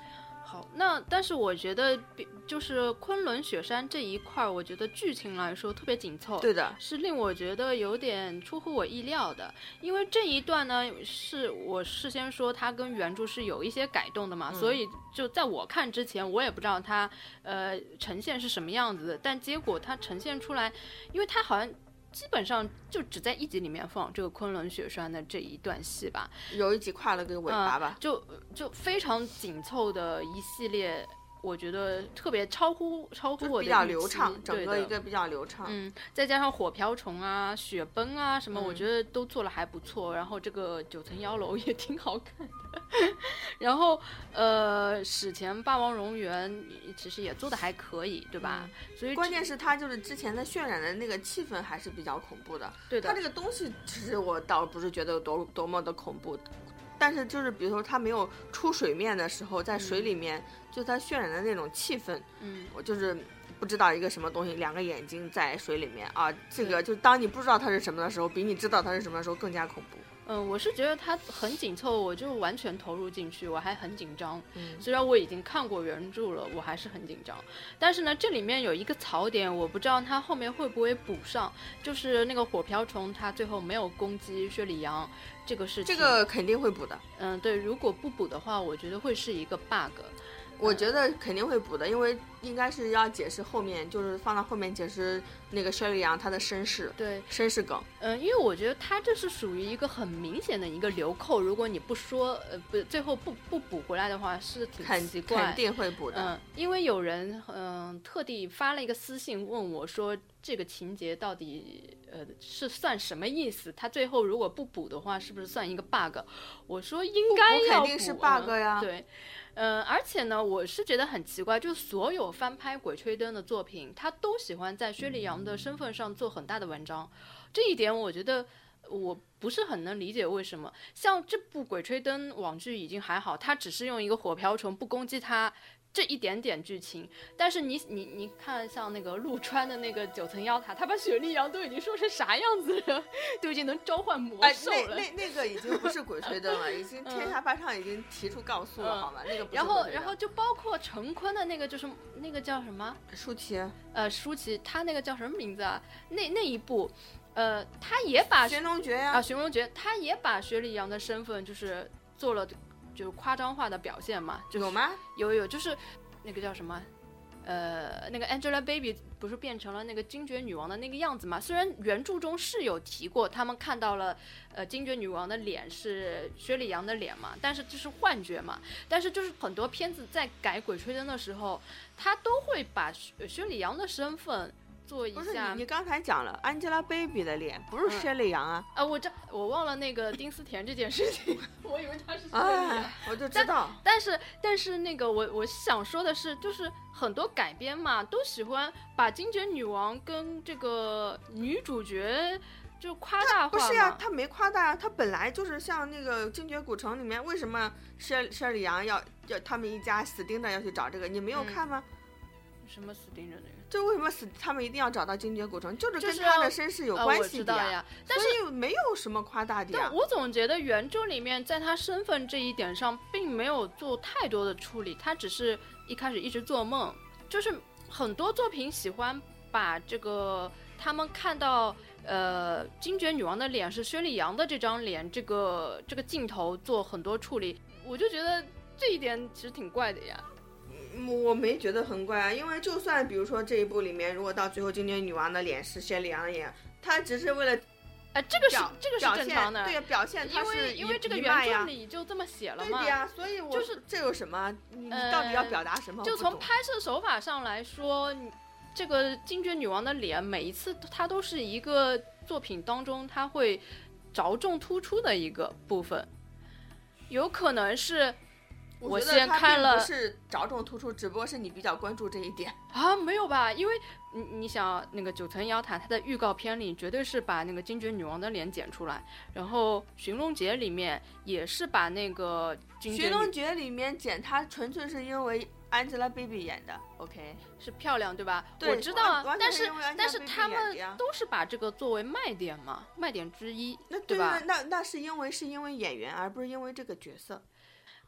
好，那但是我觉得就是昆仑雪山这一块，我觉得剧情来说特别紧凑， 对的， 是令我觉得有点出乎我意料的。因为这一段呢，是我事先说它跟原著是有一些改动的嘛，嗯、所以就在我看之前，我也不知道它呃呈现是什么样子的，但结果它呈现出来，因为它好像基本上就只在一集里面放这个昆仑雪山的这一段戏吧， 有一集跨了个尾巴吧， 嗯、就就非常紧凑的一系列，我觉得特别超乎超乎我的预期， 比较流畅，整个一个比较流畅。 嗯，再加上火瓢虫啊、雪崩啊什么， 嗯、 我觉得都做了还不错。然后这个九层妖楼也挺好看的。然后呃，史前霸王龙源其实也做的还可以，对吧？嗯、所以关键是它就是之前的渲染的那个气氛还是比较恐怖的。 对的， 它这个东西其实我倒不是觉得有多多么的恐怖。但是就是比如说它没有出水面的时候，在水里面、嗯、就它渲染的那种气氛， 嗯， 我就是不知道一个什么东西，两个眼睛在水里面啊，这个就当你不知道它是什么的时候，比你知道它是什么的时候更加恐怖。 嗯，我是觉得它很紧凑，我就完全投入进去，我还很紧张。 嗯， 虽然我已经看过原著了，我还是很紧张。但是呢，这里面有一个槽点，我不知道它后面会不会补上，就是那个火瓢虫它最后没有攻击薛里阳这个事情。 这个肯定会补的。 嗯，对，如果不补的话，我觉得会是一个 bug。 我觉得肯定会补的，因为应该是要解释后面，就是放到后面解释那个薛里阳他的身世， 对， 身世梗。 嗯，因为我觉得他这是属于一个很明显的一个流扣，如果你不说，呃，不，最后不不补回来的话，是挺奇怪。 肯定会补的。 嗯，因为有人嗯、呃、特地发了一个私信问我说，这个情节到底呃是算什么意思？他最后如果不补的话，是不是算一个 bug？ 我说应该要补， 肯定是 bug 呀。 嗯、对。嗯，而且呢，我是觉得很奇怪，就所有翻拍《鬼吹灯》的作品，他都喜欢在薛里阳的身份上做很大的文章，这一点我觉得我不是很能理解为什么。像这部《鬼吹灯》网剧已经还好，他只是用一个火瓢虫不攻击他这一点点剧情，但是你你你看，像那个陆川的那个九层妖塔，他把雪莉阳都已经说成啥样子了，都已经能召唤魔兽了。 哎、那那那个已经不是鬼吹灯了，已经天下八唱已经提出告诉了， 嗯、 好吗？那个不是然后然后就包括陈坤的那个，就是那个叫什么舒淇， 呃，舒淇，他那个叫什么名字啊？那那一部，呃，他也把寻龙诀呀， 啊，寻龙诀，他也把雪莉阳的身份就是做了。就是夸张化的表现嘛，就是、 有吗？ 有有，就是那个叫什么，呃，那个 Angelababy 不是变成了那个金爵女王的那个样子嘛？虽然原著中是有提过，他们看到了，呃，金爵女王的脸是薛里阳的脸嘛，但是这是幻觉嘛。但是就是很多片子在改《鬼吹灯》的时候，他都会把薛薛里阳的身份。做一下， 不是你，你刚才讲了 Angelababy 的脸，不是薛里阳啊？ 啊、嗯呃，我这我忘了那个丁思甜这件事情，我以为他是薛里阳、 哎，我就知道。 但, 但是但是那个我我想说的是，就是很多改编嘛，都喜欢把金爵女王跟这个女主角就夸大化。 不是呀，他没夸大，他本来就是像那个精绝古城里面，为什么薛薛里阳要要他们一家死盯着要去找这个？你没有看吗？ 嗯、什么死盯着那个？ 就为什么死他们一定要找到精绝古城，就是跟他的身世有关系的呀。 呃、呀但是所以没有什么夸大的呀。 但我总觉得原著里面在他身份这一点上并没有做太多的处理，他只是一开始一直做梦。就是很多作品喜欢把这个他们看到呃精绝女王的脸是薛里阳的这张脸，这个这个镜头做很多处理，我就觉得这一点其实挺怪的呀。 我没觉得很怪啊，因为就算比如说这一部里面，如果到最后精绝女王的脸是薛里阳的脸，他只是为了， 哎、呃，这个是这个是正常的， 对呀，表现他是因为因为这个原著里就这么写了嘛， 对的呀，所以我就是这有什么？你到底要表达什么？ 呃、就从拍摄手法上来说，这个精绝女王的脸每一次它都是一个作品当中它会着重突出的一个部分，有可能是。我先看了， 不是着重突出，只不过是你比较关注这一点啊，没有吧？因为你你想那个九层妖塔，它的预告片里绝对是把那个精绝女王的脸剪出来，然后寻龙诀里面也是把那个精绝寻龙诀里面剪它纯粹是因为 Angelababy 演的 ，OK 是漂亮对吧？ 对， 我知道啊，但是但是他们都是把这个作为卖点嘛，卖点之一， 那对吧？ 那那是因为是因为演员，而不是因为这个角色。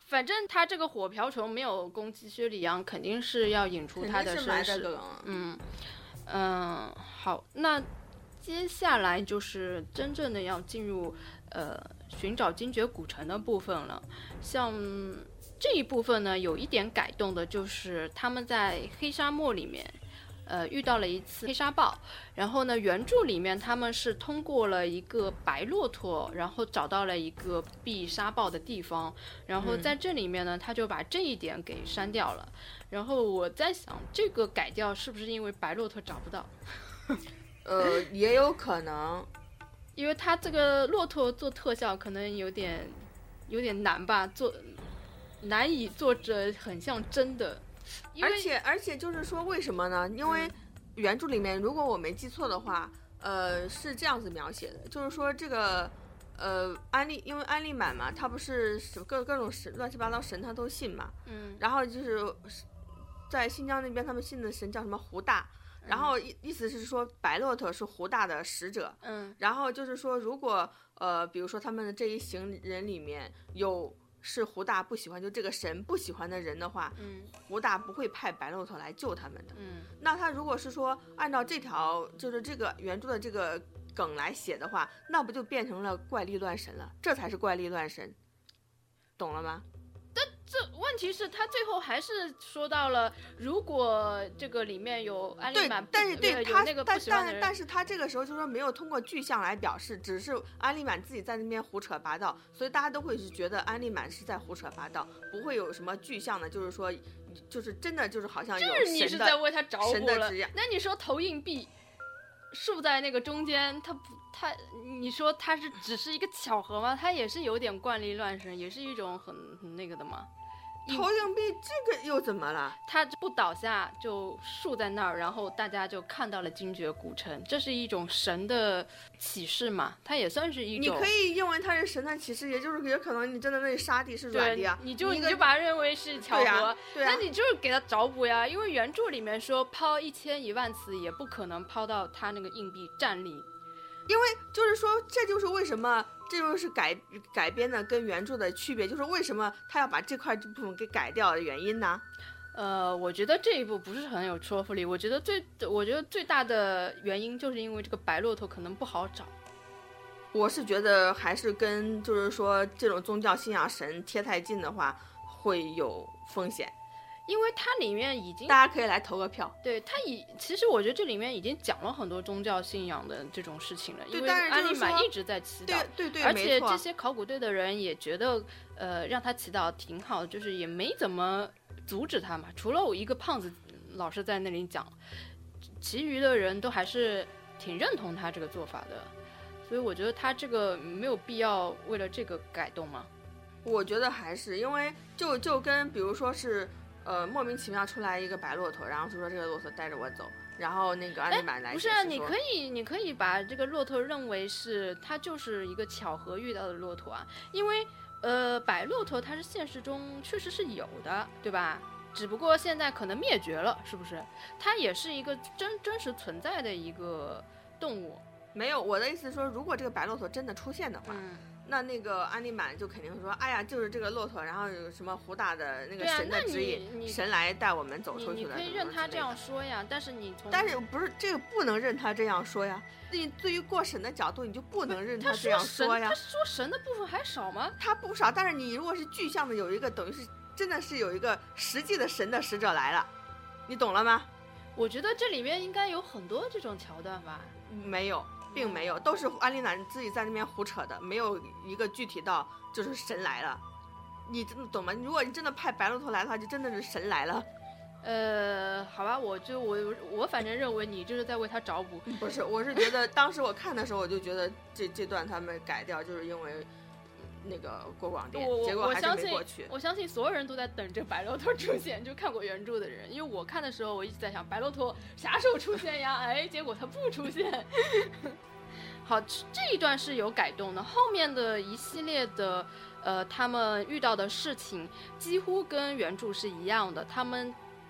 反正他这个火瓢虫没有攻击薛里阳，肯定是要引出他的身世。嗯嗯，好，那接下来就是真正的要进入呃寻找精绝古城的部分了。像这一部分呢，有一点改动的就是他们在黑沙漠里面。呃，遇到了一次黑沙暴，然后呢，原著里面他们是通过了一个白骆驼，然后找到了一个避沙暴的地方，然后在这里面呢，他就把这一点给删掉了。然后我在想，这个改掉是不是因为白骆驼找不到？ 呃，也有可能， 因为他这个骆驼做特效可能有点有点难吧，做难以做着很像真的。 而且而且就是说，为什么呢？因为原著里面，如果我没记错的话，呃，是这样子描写的，就是说这个呃安利，因为安利满嘛，他不是各各种神乱七八糟神他都信嘛， 嗯， 然后就是在新疆那边他们信的神叫什么胡大，然后意意思是说白骆驼是胡大的使者， 嗯， 然后就是说如果呃比如说他们的这一行人里面有。是胡大不喜欢，就这个神不喜欢的人的话， 嗯， 胡大不会派白骆驼来救他们的。 嗯， 那他如果是说按照这条就是这个原著的这个梗来写的话，那不就变成了怪力乱神了？这才是怪力乱神，懂了吗？ 但这问题是，他最后还是说到了，如果这个里面有安利满， 但是对他， 那个但但但是他这个时候就说没有通过具象来表示，只是安利满自己在那边胡扯八道，所以大家都会是觉得安利满是在胡扯八道，不会有什么具象的，就是说，就是真的就是好像有神的， 就是你是在为他找补了。 神的那你说投硬币竖在那个中间，他不他，你说他是只是一个巧合吗？他也是有点怪力乱神，也是一种很很那个的嘛。 投硬币这个又怎么了？ 他不倒下就竖在那儿，然后大家就看到了精绝古城，这是一种神的启示嘛？它也算是一种。 你可以认为它是神的启示，也就是也可能你真的那沙地是软的呀， 你就你就把它认为是巧合， 对啊对啊， 那你就是给他找补呀。因为原著里面说抛一千一万次也不可能抛到他那个硬币站立， 因为就是说这就是为什么。这就是改改编的跟原著的区别，就是为什么他要把这块这部分给改掉的原因呢？ 呃，我觉得这一部不是很有说服力。我觉得最，我觉得最大的原因就是因为这个白骆驼可能不好找。 我是觉得还是跟就是说这种宗教信仰神贴太近的话会有风险。 因为它里面已经， 大家可以来投个票。 对，它已其实我觉得这里面已经讲了很多宗教信仰的这种事情了。 对， 因为安利满一直在祈祷， 对对对， 而且这些考古队的人也觉得，呃，让他祈祷挺好，就是也没怎么阻止他嘛。除了我一个胖子老是在那里讲，其余的人都还是挺认同他这个做法的。所以我觉得他这个没有必要为了这个改动嘛。 我觉得还是因为就就跟比如说是。呃，莫名其妙出来一个白骆驼，然后就说这个骆驼带着我走，然后那个安利满来不是啊，你可以你可以把这个骆驼认为是它就是一个巧合遇到的骆驼啊，因为呃白骆驼它是现实中确实是有的，对吧？只不过现在可能灭绝了，是不是？它也是一个真真实存在的一个动物。 没有，我的意思是说，如果这个白骆驼真的出现的话。 嗯， 那那个安利满就肯定说，哎呀，就是这个骆驼，然后有什么胡大的那个神的指引， 啊、 神来带我们走出去了。你可以任他这样说呀，但是你从但是不是这个不能任他这样说呀？你对于过审的角度，你就不能任他这样说呀。 他说神的部分还少吗？ 他不少，但是你如果是具象的有一个，等于是真的是有一个实际的神的使者来了，你懂了吗？ 我觉得这里面应该有很多这种桥段吧？ 没有。并没有，都是安利满自己在那边胡扯的，没有一个具体到就是神来了，你真的懂吗？如果你真的派白骆驼来的话，就真的是神来了。 呃，好吧，我就我我反正认为你就是在为他找补。 不是，我是觉得当时我看的时候，我就觉得这这段他们改掉，就是因为那个过广电，结果还是没过去。 我相信所有人都在等着白骆驼出现，就看过原著的人，因为我看的时候我一直在想白骆驼啥时候出现呀？哎，结果他不出现。好，这一段是有改动的，后面的一系列的呃他们遇到的事情几乎跟原著是一样的，他们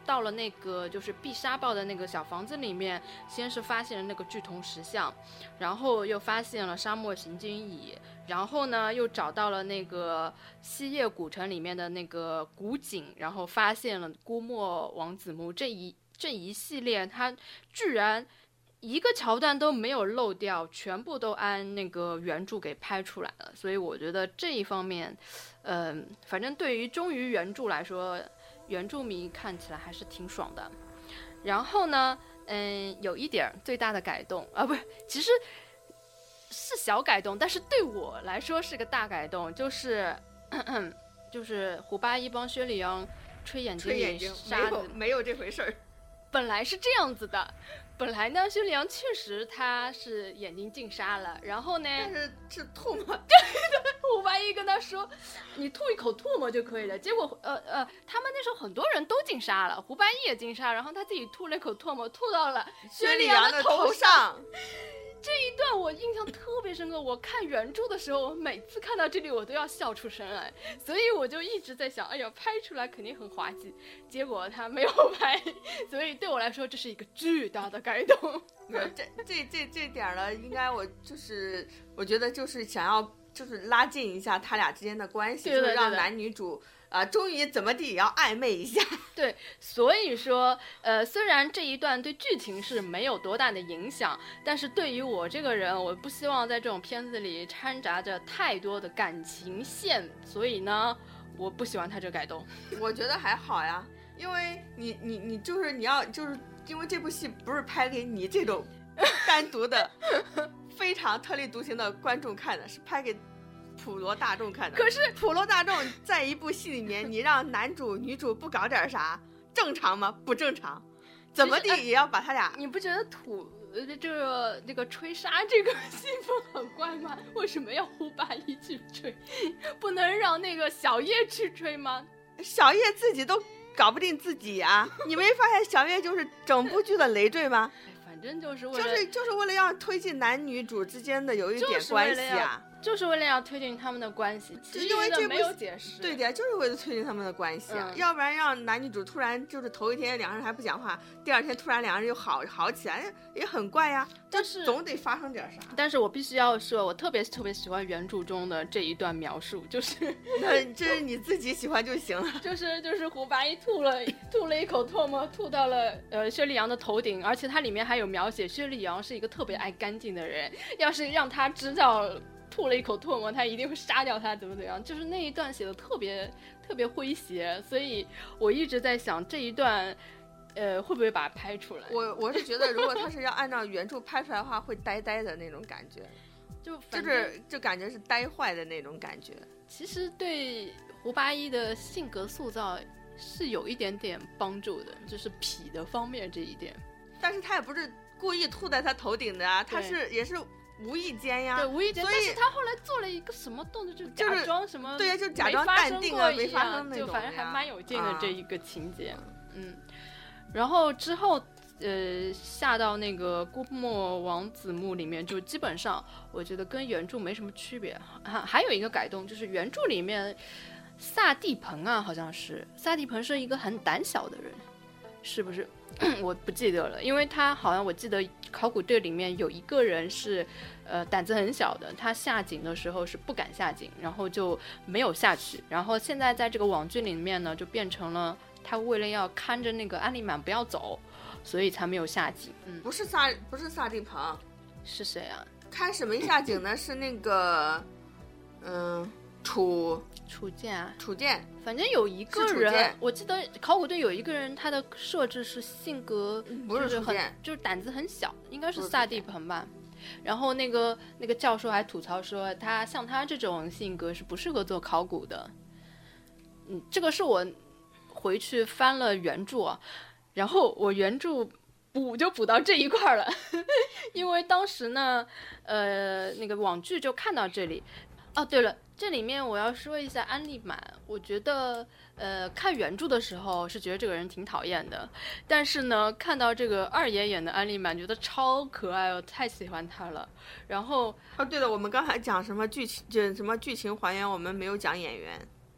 到了那个就是碧沙堡的那个小房子里面，先是发现了那个巨铜石像，然后又发现了沙漠行军椅，然后呢又找到了那个西叶古城里面的那个古井，然后发现了姑墨王子墓，这一这一系列它居然一个桥段都没有漏掉，全部都按那个原著给拍出来了。所以我觉得这一方面，嗯、呃，反正对于忠于原著来说，原著迷看起来还是挺爽的。然后呢，嗯，有一点最大的改动啊，不是，其实是小改动，但是对我来说是个大改动，就是咳咳就是胡八一帮薛里阳吹眼睛里沙子， 没有这回事儿。 本来是这样子的。本来呢，薛里阳确实他是眼睛进沙了，然后呢， 但是是吐沫。 对对，胡八一跟他说，你吐一口唾沫就可以了。结果呃呃，他们那时候很多人都进沙了，胡八一也进沙，然后他自己吐了一口唾沫，吐到了薛里阳的头上。这一段我印象特别深刻，我看原著的时候，我每次看到这里我都要笑出声来，所以我就一直在想，哎呀，拍出来肯定很滑稽，结果他没有拍，所以对我来说这是一个巨大的改动。 这这这这点呢，应该我就是我觉得就是想要就是拉近一下他俩之间的关系， 对对对对， 就是让男女主啊、呃，终于怎么地也要暧昧一下。 对，所以说，呃，虽然这一段对剧情是没有多大的影响，但是对于我这个人，我不希望在这种片子里掺杂着太多的感情线，所以呢，我不喜欢他这改动。 我觉得还好呀，因为你你你就是你要就是因为这部戏不是拍给你这种单独的非常特立独行的观众看的，是拍给普罗大众看的。 可是普罗大众在一部戏里面，你让男主女主不搞点啥，正常吗？不正常，怎么地也要把他俩。 你不觉得土这个这个吹沙这个戏份很怪吗？为什么要胡八一去吹，不能让那个小叶去吹吗？ 小叶自己都搞不定自己啊！你没发现小叶就是整部剧的累赘吗？ 反正就是为了就是就是为了要推进男女主之间的有一点关系啊。 就是为了要推进他们的关系，其因为这没有解释。 对的，就是为了推进他们的关系啊，嗯、要不然让男女主突然就是头一天两个人还不讲话，第二天突然两个人就好好起来，也很怪呀。 但是总得发生点啥。 但是我必须要说，我特别特别喜欢原著中的这一段描述，就是那这是你自己喜欢就行了。 就是就是胡八一吐了吐了一口唾沫，吐到了呃薛里阳的头顶，而且它里面还有描写薛里阳是一个特别爱干净的人，要是让他知道吐了一口唾沫，他一定会杀掉他，怎么怎么样？就是那一段写的特别特别诙谐，所以我一直在想这一段，呃，会不会把它拍出来？ 我我是觉得，如果他是要按照原著拍出来的话，会呆呆的那种感觉， 就就是就感觉是呆坏的那种感觉。 其实对胡八一的性格塑造是有一点点帮助的，就是痞的方面这一点。 但是他也不是故意吐在他头顶的啊，他是也是。无意间呀， 对，无意间。但是他后来做了一个什么动作，就假装什么， 对呀，就假装淡定啊，没发生那种， 就反正还蛮有劲的这一个情节，嗯。然后之后，呃，下到那个姑墨王子墓里面，就基本上我觉得跟原著没什么区别。还还有一个改动，就是原著里面萨蒂鹏啊，好像是萨蒂鹏是一个很胆小的人，是不是？我不记得了，因为他好像我记得考古队里面有一个人是呃胆子很小的，他下井的时候是不敢下井，然后就没有下去，然后现在在这个网剧里面呢就变成了他为了要看着那个安利满不要走，所以才没有下井。嗯， 不是萨不是萨蒂鹏， 是谁啊？ 开始没下井呢是那个嗯楚楚剑啊， 楚剑， 反正有一个人，我记得考古队有一个人，他的设置是性格不是很就是胆子很小，应该是萨蒂鹏吧。然后那个那个教授还吐槽说，他像他这种性格是不适合做考古的。嗯，这个是我回去翻了原著啊，然后我原著补就补到这一块了，因为当时呢，呃，那个网剧就看到这里。哦，对了，这里面我要说一下安利满，我觉得呃看原著的时候是觉得这个人挺讨厌的，但是呢看到这个二爷演的安利满觉得超可爱，我太喜欢他了。然后哦对了，我们刚才讲什么剧情，就什么剧情还原，我们没有讲演员。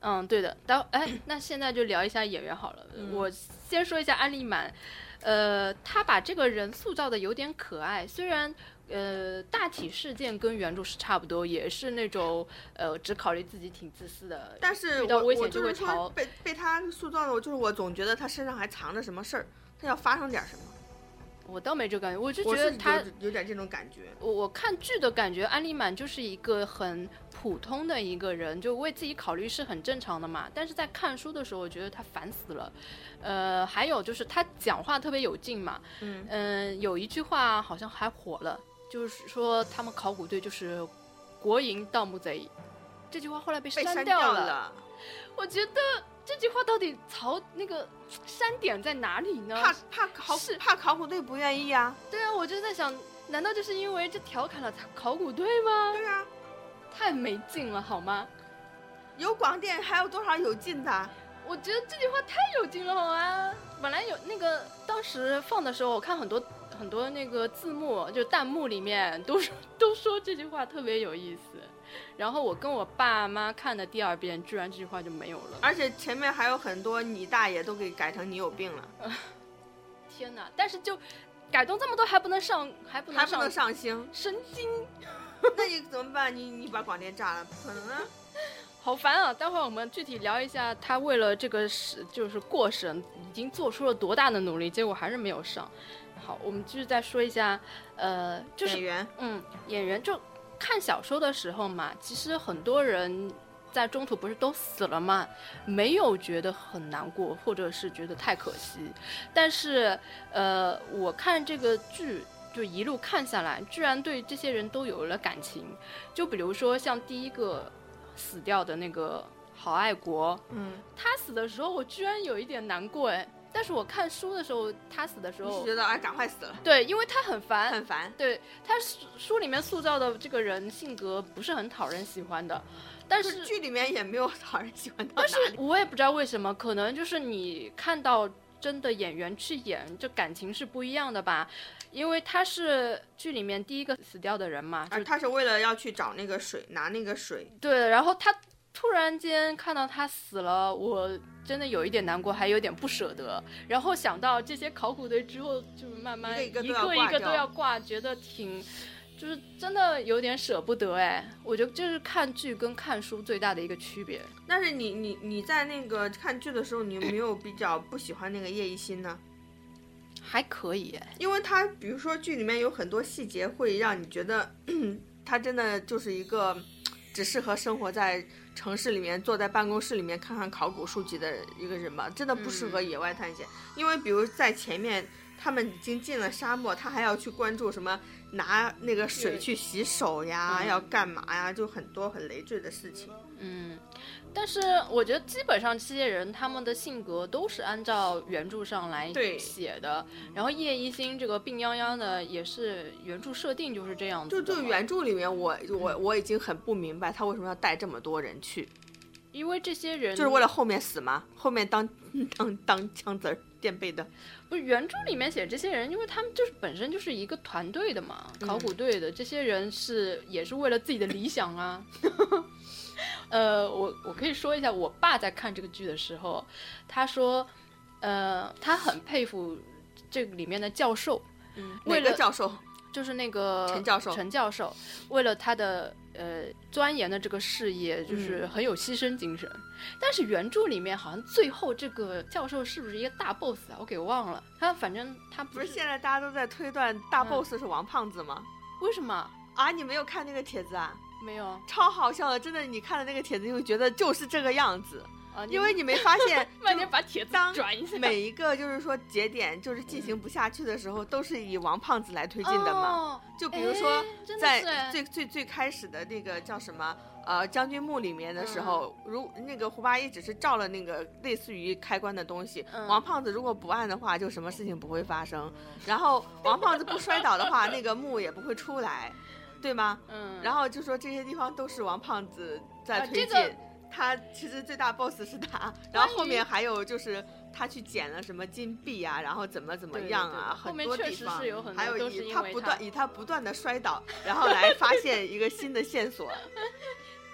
嗯，对的。待哎，那现在就聊一下演员好了。 嗯、 我先说一下安利满，呃，他把这个人塑造的有点可爱，虽然呃大体事件跟原著是差不多，也是那种呃只考虑自己挺自私的， 但是遇到危险就会逃。 被被他塑造的，我就是我总觉得他身上还藏着什么事儿，他要发生点什么。 我倒没这个感觉，我就觉得他有, 有点这种感觉。 我我看剧的感觉，安利满就是一个很普通的一个人，就为自己考虑是很正常的嘛。但是在看书的时候，我觉得他烦死了。呃，还有就是他讲话特别有劲嘛。嗯、呃、有一句话好像还火了，就是说他们考古队就是国营盗墓贼。这句话后来被删掉了。 掉了我觉得。这句话到底槽那个删点在哪里呢？ 怕怕考怕考古队不愿意啊。 对啊，我就在想，难道就是因为这调侃了考古队吗？ 对啊， 太没劲了好吗？ 有广电还有多少有劲的？ 我觉得这句话太有劲了好吗？本来有那个当时放的时候，我看很多很多那个字幕，就弹幕里面都说都说这句话特别有意思。然后我跟我爸妈看的第二遍，居然这句话就没有了， 而且前面还有很多你大爷都给改成你有病了。 呃、天哪！但是就改动这么多还不能上，还不能上， 还不能上星， 神经！ 那你怎么办？你你把广电炸了，不可能啊！ 好烦啊！待会儿我们具体聊一下，他为了这个是就是过审，已经做出了多大的努力，结果还是没有上。好，我们继续再说一下，呃，就是演员， 嗯，演员就。看小说的时候嘛，其实很多人在中途不是都死了嘛，没有觉得很难过，或者是觉得太可惜。但是，呃，我看这个剧就一路看下来，居然对这些人都有了感情。就比如说像第一个死掉的那个郝爱国，嗯，他死的时候我居然有一点难过哎。但是我看书的时候，他死的时候， 你是觉得哎，赶快死了。 对，因为他很烦， 很烦。 对，他书里面塑造的这个人性格不是很讨人喜欢的，但是剧里面也没有讨人喜欢到哪里。但是我也不知道为什么，可能就是你看到真的演员去演，这感情是不一样的吧？因为他是剧里面第一个死掉的人嘛， 而他是为了要去找那个水，拿那个水。 对，然后他突然间看到他死了，我真的有一点难过，还有点不舍得。然后想到这些考古队之后，就慢慢一个一个一个都要挂，觉得挺，就是真的有点舍不得哎。我觉得这是看剧跟看书最大的一个区别。 但是你你你在那个看剧的时候，你有没有比较不喜欢那个叶一新呢？ 还可以哎， 因为他比如说剧里面有很多细节会让你觉得他真的就是一个只适合生活在城市里面，坐在办公室里面看看考古数据的一个人吧，真的不适合野外探险。嗯、因为比如在前面他们已经进了沙漠，他还要去关注什么拿那个水去洗手呀，嗯、要干嘛呀，就很多很累赘的事情。 嗯，但是我觉得基本上这些人他们的性格都是按照原著上来写的，然后叶一新这个病殃殃的也是原著设定就是这样子的。 就就原著里面我我我已经很不明白他为什么要带这么多人去， 因为这些人就是为了后面死吗？后面当当当枪子儿垫背的。 不是原著里面写这些人，因为他们就是本身就是一个团队的嘛，嗯、考古队的这些人是也是为了自己的理想啊。呃，我我可以说一下，我爸在看这个剧的时候，他说，呃，他很佩服这个里面的教授， 嗯，哪个教授？ 就是那个陈教授。 陈教授为了他的呃钻研的这个事业，就是很有牺牲精神。嗯、但是原著里面好像最后这个教授是不是一个大 boss 啊？我给忘了。他反正他不是, 不是现在大家都在推断大 boss 是王胖子吗？ 嗯、为什么啊？你没有看那个帖子啊？ 没有， 超好笑的，真的，你看了那个帖子，你会觉得就是这个样子，啊、因为你没发现， 慢点把帖子转一下， 每一个就是说节点就是进行不下去的时候，嗯、都是以王胖子来推进的嘛。哦、就比如说在最最最开始的那个叫什么呃将军墓里面的时候，嗯、如那个胡八一只是照了那个类似于开关的东西，嗯、王胖子如果不按的话，就什么事情不会发生。然后王胖子不摔倒的话，那个墓也不会出来。对吗？嗯，然后就说这些地方都是王胖子在推进，啊这个、他其实最大 boss 是他，然后后面还有就是他去捡了什么金币啊，然后怎么怎么样啊， 对对对， 很多地方， 是有很多还有以他不断他以他不断的摔倒，然后来发现一个新的线索。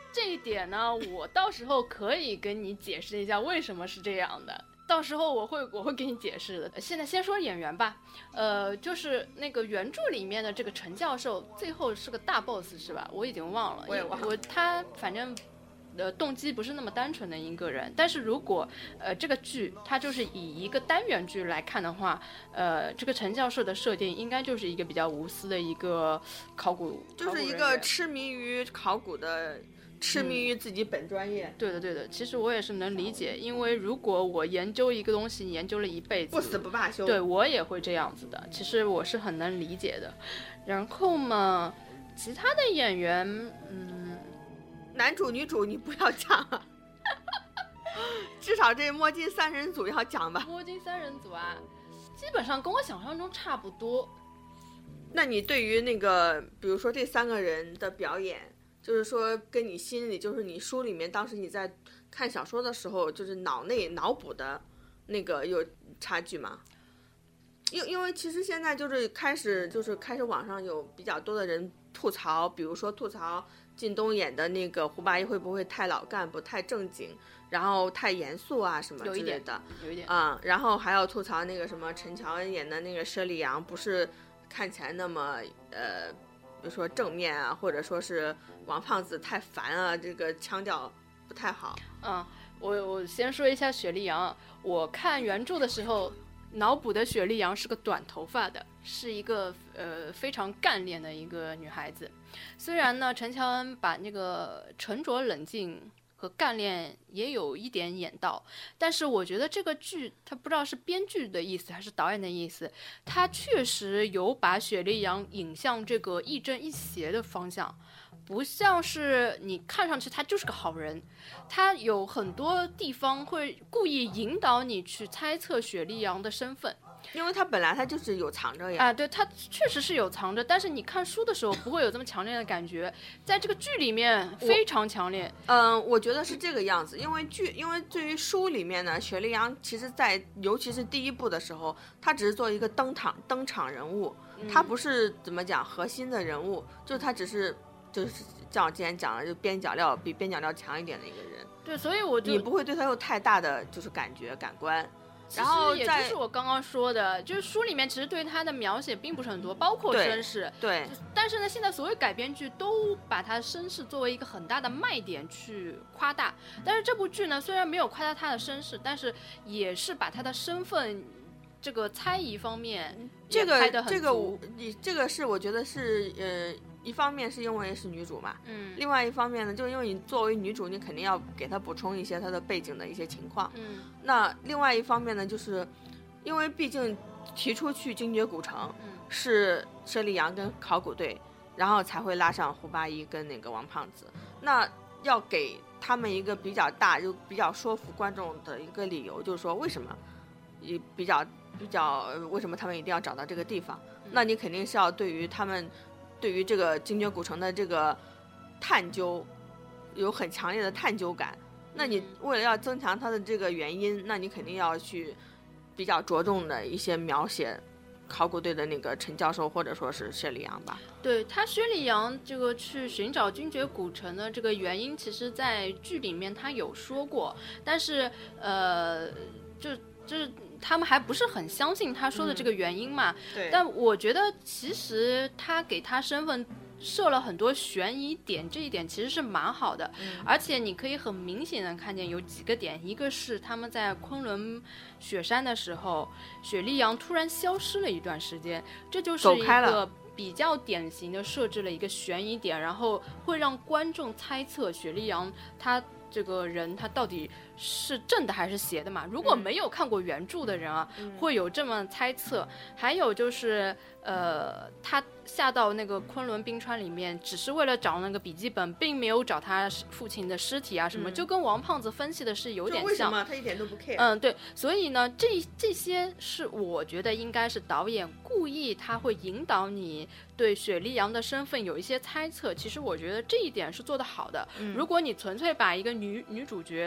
这一点呢，我到时候可以跟你解释一下为什么是这样的。到时候我会我会给你解释的。现在先说演员吧，呃，就是那个原著里面的这个陈教授，最后是个大 boss 是吧？我已经忘了， 我也忘了。 我他反正。呃，动机不是那么单纯的一个人，但是如果呃这个剧它就是以一个单元剧来看的话，呃，这个陈教授的设定应该就是一个比较无私的一个考古， 就是一个痴迷于考古的，痴迷于自己本专业。 嗯、对的，对的。其实我也是能理解，因为如果我研究一个东西研究了一辈子， 不死不罢休， 对我也会这样子的。其实我是很能理解的。然后嘛，其他的演员，嗯。 男主女主你不要讲啊，至少这摸金三人组要讲吧。 摸金三人组啊，基本上跟我想象中差不多。 那你对于那个，比如说这三个人的表演，就是说跟你心里，就是你书里面当时你在看小说的时候，就是脑内脑补的那个有差距吗？因因为其实现在就是开始就是开始网上有比较多的人吐槽，比如说吐槽靳东演的那个胡八一会不会太老干部、太正经，然后太严肃啊什么之类的， 有一点啊、嗯，然后还要吐槽那个什么陈乔恩演的那个佘丽阳不是看起来那么呃，比如说正面啊，或者说是王胖子太烦啊，这个腔调不太好。 嗯，我我先说一下雪莉杨，我看原著的时候。脑补的雪莉杨是个短头发的，是一个呃非常干练的一个女孩子。虽然呢，陈乔恩把那个沉着冷静和干练也有一点演到，但是我觉得这个剧，它不知道是编剧的意思还是导演的意思，它确实有把雪莉杨引向这个亦正亦邪的方向。不像是你看上去他就是个好人，他有很多地方会故意引导你去猜测雪莉杨的身份， 因为他本来他就是有藏着呀。 啊，对，他确实是有藏着，但是你看书的时候不会有这么强烈的感觉，在这个剧里面非常强烈。 嗯、呃，我觉得是这个样子，因为剧，因为对于书里面呢，雪莉杨其实在尤其是第一部的时候，他只是做一个登场登场人物，他不是怎么讲核心的人物，就是他只是。就是像我之前讲的，就边角料比边角料强一点的一个人。 对，所以我就你不会对他有太大的就是感觉感官。 然后也就是我刚刚说的，就是书里面其实对他的描写并不是很多，包括身世。 对。 对但是呢，现在所有改编剧都把他身世作为一个很大的卖点去夸大。但是这部剧呢，虽然没有夸大他的身世，但是也是把他的身份这个猜疑方面这个拍得很足。 这个你这个是我觉得是呃。一方面是因为是女主嘛， 嗯， 另外一方面呢，就因为你作为女主，你肯定要给她补充一些她的背景的一些情况， 嗯， 那另外一方面呢，就是因为毕竟提出去精绝古城， 嗯， 是佘丽阳跟考古队，然后才会拉上胡八一跟那个王胖子，那要给他们一个比较大就比较说服观众的一个理由，就是说为什么，也比较比较为什么他们一定要找到这个地方， 嗯， 那你肯定是要对于他们。对于这个精绝古城的这个探究有很强烈的探究感，那你为了要增强它的这个原因，那你肯定要去比较着重的一些描写考古队的那个陈教授或者说是佘丽阳吧。 对，他薛丽阳这个去寻找精绝古城的这个原因，其实在剧里面他有说过，但是呃就就是他们还不是很相信他说的这个原因嘛， 嗯，对。 但我觉得其实他给他身份设了很多悬疑点，这一点其实是蛮好的， 嗯， 而且你可以很明显的看见有几个点，一个是他们在昆仑雪山的时候，雪莉杨突然消失了一段时间，这就是一个比较典型的设置了一个悬疑点，然后会让观众猜测雪莉杨她这个人他到底是正的还是邪的嘛？如果没有看过原著的人啊， 嗯， 会有这么猜测。还有就是，呃，他下到那个昆仑冰川里面，只是为了找那个笔记本，并没有找他父亲的尸体啊什么， 嗯， 就跟王胖子分析的是有点像。 为什么他一点都不 care？ 嗯，对，所以呢，这这些是我觉得应该是导演故意他会引导你对雪莉杨的身份有一些猜测。其实我觉得这一点是做得好的。 嗯， 如果你纯粹把一个女女主角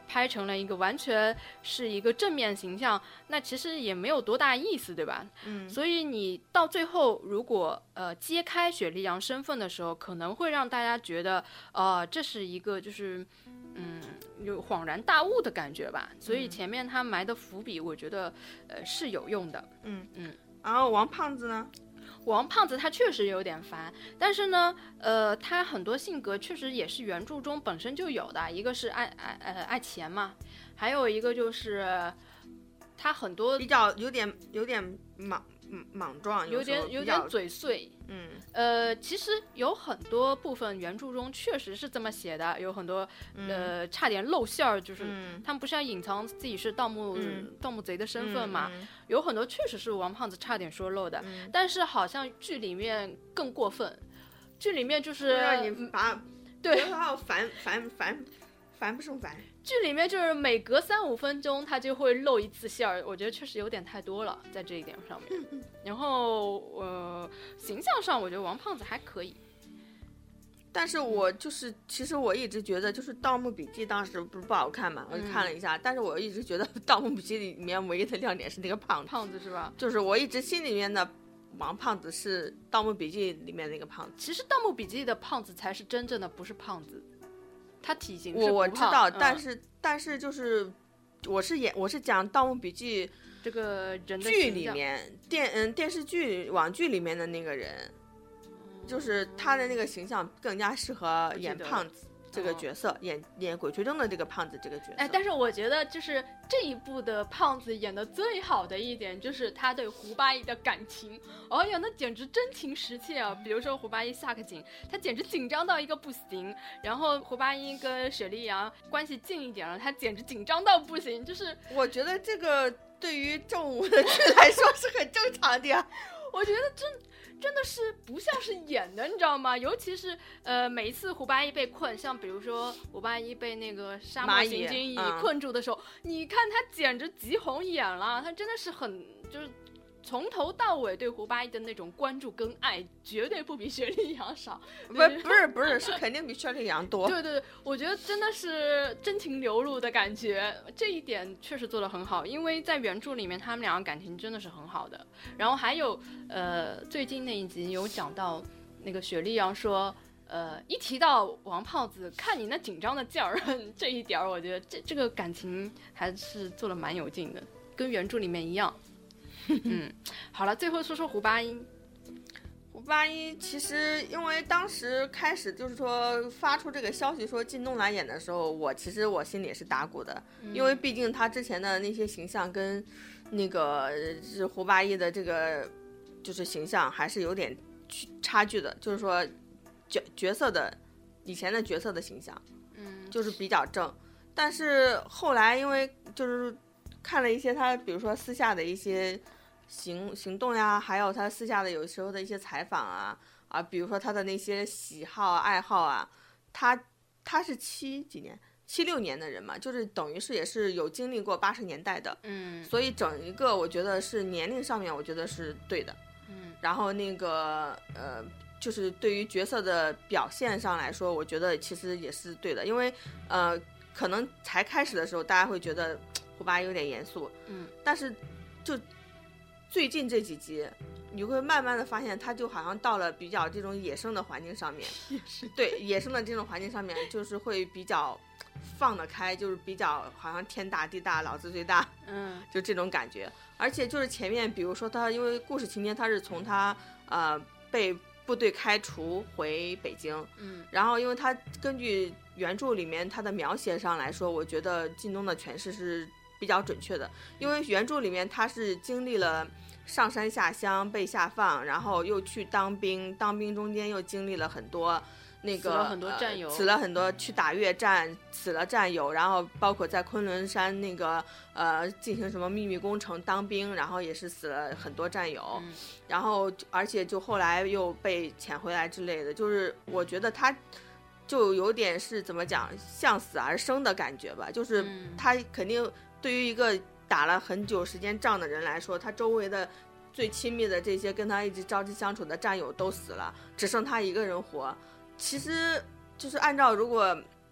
拍成了一个完全是一个正面形象，那其实也没有多大意思，对吧？ 嗯， 所以你到最后如果呃揭开雪莉杨身份的时候，可能会让大家觉得呃这是一个就是嗯有恍然大悟的感觉吧。所以前面他埋的伏笔，我觉得呃是有用的。 嗯嗯。 然后王胖子呢？ 王胖子他确实有点烦，但是呢，呃，他很多性格确实也是原著中本身就有的，一个是爱爱呃爱钱嘛，还有一个就是他很多比较有点有点莽莽撞， 有点有点嘴碎。 嗯， 呃，其实有很多部分原著中确实是这么写的，有很多、 嗯、 呃差点露馅儿，就是、 嗯、 他们不是要隐藏自己是盗墓、 嗯、 盗墓贼的身份嘛、 嗯嗯， 有很多确实是王胖子差点说漏的、 嗯， 但是好像剧里面更过分，剧里面就是让你把对， 还有烦烦烦烦不胜烦。 剧里面就是每隔三五分钟他就会露一次馅儿，我觉得确实有点太多了，在这一点上面。然后呃，形象上我觉得王胖子还可以， 但是我就是其实我一直觉得就是《盗墓笔记》当时不是不好看嘛，我就看了一下、嗯，但是我一直觉得《盗墓笔记》里面唯一的亮点是那个胖子， 胖子是吧？ 就是我一直心里面的王胖子是《盗墓笔记》里面那个胖子。 其实《盗墓笔记》的胖子才是真正的，不是胖子。他体型是不胖， 我我知道， 嗯、 但是但是就是我是演我是讲《盗墓笔记》 这个人的剧里面电嗯电视剧网剧里面的那个人，嗯、就是他的那个形象更加适合演胖子这个角色，哦、演演鬼吹灯的这个胖子这个角色。 哎，但是我觉得就是这一部的胖子演的最好的一点就是他对胡八一的感情，哎呀，那简直真情实切啊！比如说胡八一下个井，他简直紧张到一个不行，然后胡八一跟雪莉杨关系近一点了，他简直紧张到不行。就是我觉得这个对于正午的剧来说是很正常的呀， 我觉得真。真的是不像是演的，你知道吗？尤其是呃，每一次胡八一被困，像比如说胡八一被那个沙漠刑警蚁困住的时候，嗯、你看他简直急红眼了，他真的是很就是从头到尾对胡八一的那种关注跟爱，绝对不比雪莉杨少。 不不是不是，是肯定比雪莉杨多。 对对对，我觉得真的是真情流露的感觉，这一点确实做得很好，因为在原著里面他们两个感情真的是很好的。然后还有呃，最近那一集有讲到那个雪莉杨说，呃，一提到王胖子，看你那紧张的劲儿，这一点我觉得这这个感情还是做得蛮有劲的，跟原著里面一样。嗯，好了，最后说说胡八一。 胡八一其实因为当时开始就是说发出这个消息说靳东来演的时候，我其实我心里也是打鼓的、嗯、因为毕竟他之前的那些形象跟那个是胡八一的这个就是形象还是有点差距的，就是说角角色的以前的角色的形象，嗯，就是比较正，但是后来因为就是看了一些他比如说私下的一些行行动呀，还有他私下的有时候的一些采访啊啊，比如说他的那些喜好爱好啊，他他是七几年七六年的人嘛，就是等于是也是有经历过八十年代的， 嗯， 所以整一个我觉得是年龄上面我觉得是对的， 嗯， 然后那个呃就是对于角色的表现上来说，我觉得其实也是对的，因为呃可能才开始的时候大家会觉得胡八一有点严肃， 嗯， 但是就最近这几集你会慢慢的发现他就好像到了比较这种野生的环境上面，对野生的这种环境上面就是会比较放得开，就是比较好像天大地大老子最大， 嗯， 就这种感觉。而且就是前面比如说他因为故事情节他是从他呃被部队开除回北京， 嗯， 然后因为他根据原著里面他的描写上来说，我觉得靳东的诠释是比较准确的，因为原著里面他是经历了上山下乡被下放，然后又去当兵，当兵中间又经历了很多那个死了很多战友、 呃、死了很多去打越战死了战友，然后包括在昆仑山那个呃进行什么秘密工程当兵，然后也是死了很多战友、 嗯、 然后而且就后来又被遣回来之类的，就是我觉得他就有点是怎么讲向死而生的感觉吧，就是他肯定对于一个打了很久时间仗的人来说，他周围的最亲密的这些跟他一直朝夕相处的战友都死了，只剩他一个人活。其实就是按照如果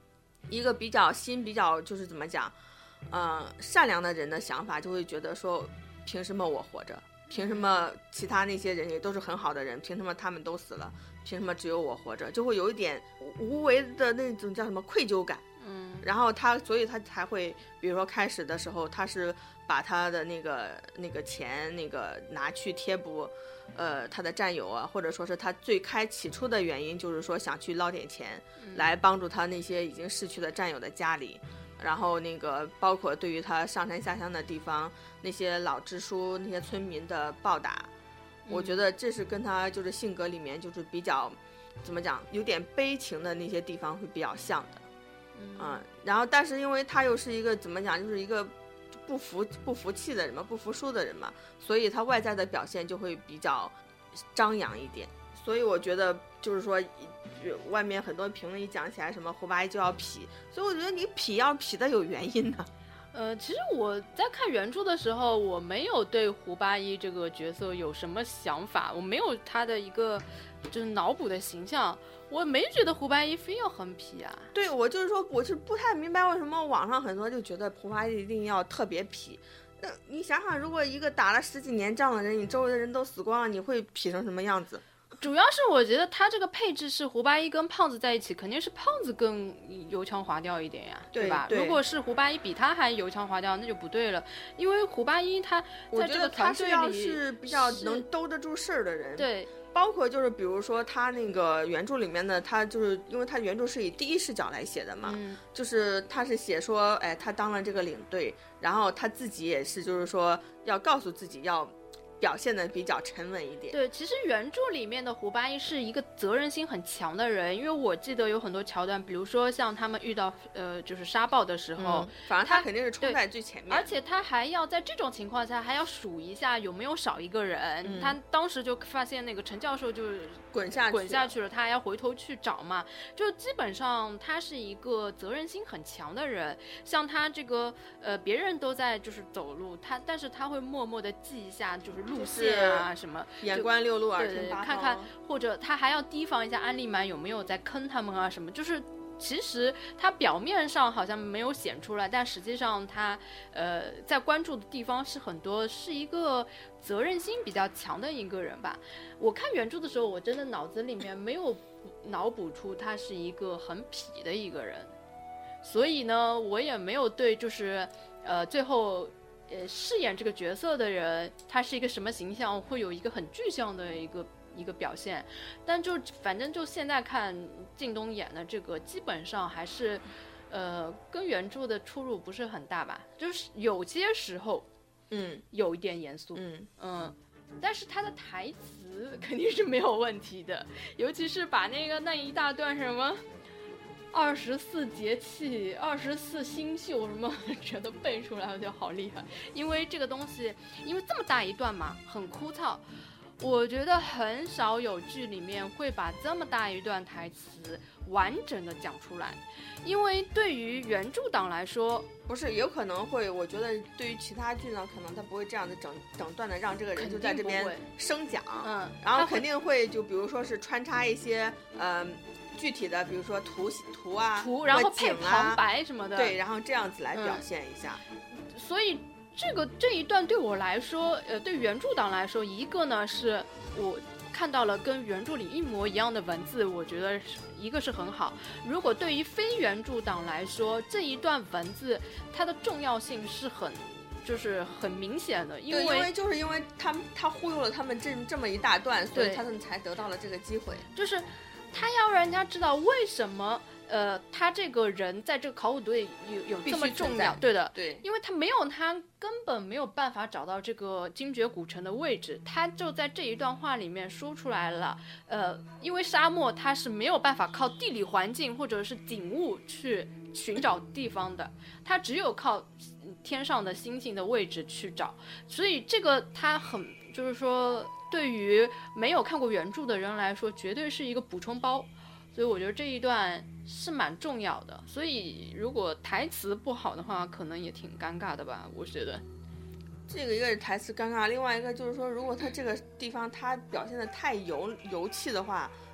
一个比较心比较就是怎么讲，呃，善良的人的想法，就会觉得说，凭什么我活着？凭什么其他那些人也都是很好的人？凭什么他们都死了？凭什么只有我活着？就会有一点无为的那种叫什么愧疚感。 嗯， 然后他，所以他才会，比如说开始的时候，他是把他的那个那个钱那个拿去贴补，呃，他的战友啊，或者说是他最开起初的原因就是说想去捞点钱，来帮助他那些已经逝去的战友的家里。然后那个包括对于他上山下乡的地方那些老支书那些村民的报答，我觉得这是跟他就是性格里面就是比较怎么讲有点悲情的那些地方会比较像的。嗯，然后但是因为他又是一个怎么讲就是一个不服不服气的人嘛，不服输的人嘛，所以他外在的表现就会比较张扬一点。所以我觉得就是说外面很多评论一讲起来什么胡八一就要痞，所以我觉得你痞要痞的有原因呢。 呃，其实我在看原著的时候，我没有对胡八一这个角色有什么想法，我没有他的一个就是脑补的形象，我没觉得胡八一非要很痞啊。 对，我就是说我是不太明白为什么网上很多就觉得胡八一一定要特别痞。那你想想，如果一个打了十几年仗的人，你周围的人都死光了，你会痞成什么样子？ 主要是我觉得他这个配置是胡八一跟胖子在一起，肯定是胖子更油腔滑调一点呀， 对, 对吧？ 对， 如果是胡八一比他还油腔滑调，那就不对了。因为胡八一他在这个团队里我觉得他是比较能兜得住事儿的人。 对， 包括就是比如说他那个原著里面的，他就是因为他原著是以第一视角来写的嘛， 嗯、 就是他是写说，哎，他当了这个领队，然后他自己也是就是说要告诉自己要表现的比较沉稳一点。 对，其实原著里面的胡八一是一个责任心很强的人，因为我记得有很多桥段，比如说像他们遇到呃就是沙暴的时候， 嗯、反正他肯定是冲在最前面， 而且他还要在这种情况下还要数一下有没有少一个人。 嗯、 他当时就发现那个陈教授就滚下去滚下去了，他还要回头去找嘛，就基本上他是一个责任心很强的人。像他这个呃别人都在就是走路，他但是他会默默的记一下就是路线啊什么， 眼观六路耳听八方， 看看，或者他还要提防一下安利满有没有在坑他们啊什么，就是其实他表面上好像没有显出来，但实际上他呃在关注的地方是很多，是一个责任心比较强的一个人吧。我看原著的时候，我真的脑子里面没有脑补出他是一个很痞的一个人，所以呢我也没有对就是呃最后呃，饰演这个角色的人，他是一个什么形象，会有一个很具象的一个一个表现。但就反正就现在看靳东演的这个，基本上还是，呃，跟原著的出入不是很大吧。就是有些时候， 嗯， 有一点严肃， 嗯嗯，但是他的台词肯定是没有问题的，尤其是把那个那一大段什么。二十四节气、二十四星宿什么全都背出来，我觉得好厉害。因为这个东西，因为这么大一段嘛，很枯燥。我觉得很少有剧里面会把这么大一段台词完整的讲出来。因为对于原著党来说， 不是有可能会，我觉得对于其他剧呢，可能他不会这样的整整段的让这个人就在这边生讲， 嗯， 然后肯定会就比如说是穿插一些呃。具体的，比如说图图啊， 图，然后配啊旁白什么的， 对，然后这样子来表现一下。 嗯、所以这个这一段对我来说，呃，对原著党来说，一个呢是我看到了跟原著里一模一样的文字，我觉得一个是很好。如果对于非原著党来说，这一段文字它的重要性是很。就是很明显的，因为因为就是因为他他忽悠了他们这这么一大段，所以他们才得到了这个机会。 就是他要让人家知道为什么呃他这个人在这个考古队有有这么重要，对的， 对， 因为他没有他根本没有办法找到这个精绝古城的位置，他就在这一段话里面说出来了。呃，因为沙漠它是没有办法靠地理环境或者是景物去寻找地方的，它只有靠天上的星星的位置去找，所以这个它很就是说对于没有看过原著的人来说绝对是一个补充包，所以我觉得这一段是蛮重要的，所以如果台词不好的话可能也挺尴尬的吧，我觉得这个一个是台词尴尬，另外一个就是说如果他这个地方他表现的太油油气的话，